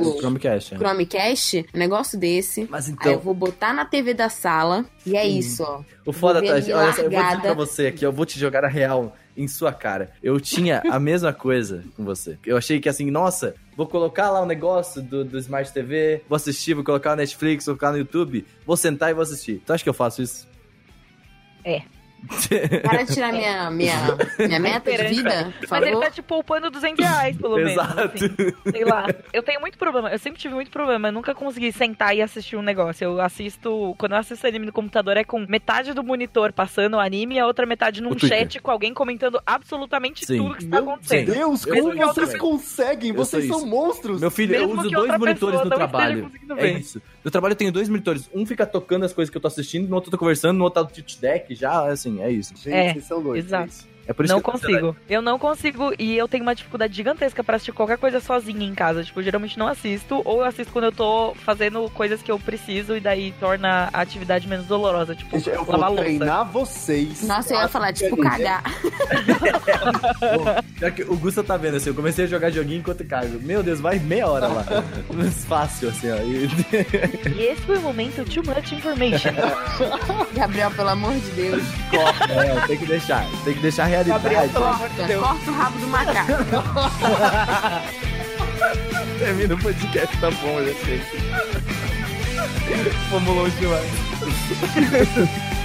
Chromecast, um negócio desse. Mas então... Aí eu vou botar na TV da sala e é isso, ó. O foda, Tati, olha só, eu vou dizer pra você aqui, eu vou te jogar a real em sua cara. Eu tinha a mesma coisa com você. Eu achei que assim, nossa, vou colocar lá um negócio do Smart TV, vou assistir, vou colocar no Netflix, vou colocar no YouTube, vou sentar e vou assistir. Tu acha que eu faço isso? É. Para de tirar minha meta de vida, por favor. Mas ele tá te poupando R$200, pelo menos. Exato. Assim. Sei lá. Eu tenho muito problema. Eu sempre tive muito problema. Eu nunca consegui sentar e assistir um negócio. Quando eu assisto anime no computador, é com metade do monitor passando o anime e a outra metade num chat com alguém comentando absolutamente tudo que está acontecendo. Meu Deus, como vocês conseguem? Vocês são monstros. Meu filho, eu uso 2 monitores no trabalho. É isso. No trabalho eu tenho 2 monitores. Um fica tocando as coisas que eu tô assistindo, no outro eu tô conversando, no outro tá no Twitch Deck, já, assim, é isso. Gente, vocês são dois. Exato. É por isso não que consigo. Eu não consigo e eu tenho uma dificuldade gigantesca pra assistir qualquer coisa sozinha em casa. Tipo, eu geralmente não assisto ou eu assisto quando eu tô fazendo coisas que eu preciso e daí torna a atividade menos dolorosa. Tipo, gente, eu lavar vou treinar louça. Vocês. Nossa, eu ia falar, tipo, cagar. O Gusta tá vendo, assim, eu comecei a jogar joguinho enquanto cago. Meu Deus, vai meia hora lá. Fácil, assim, ó. E esse foi o momento Too Much Information. Gabriel, pelo amor de Deus. Tem que deixar a realidade. Gabriel, pelo amor de Deus. Corta o rabo do macaco. Termina o podcast, tá bom, eu já sei. Vamos longe demais.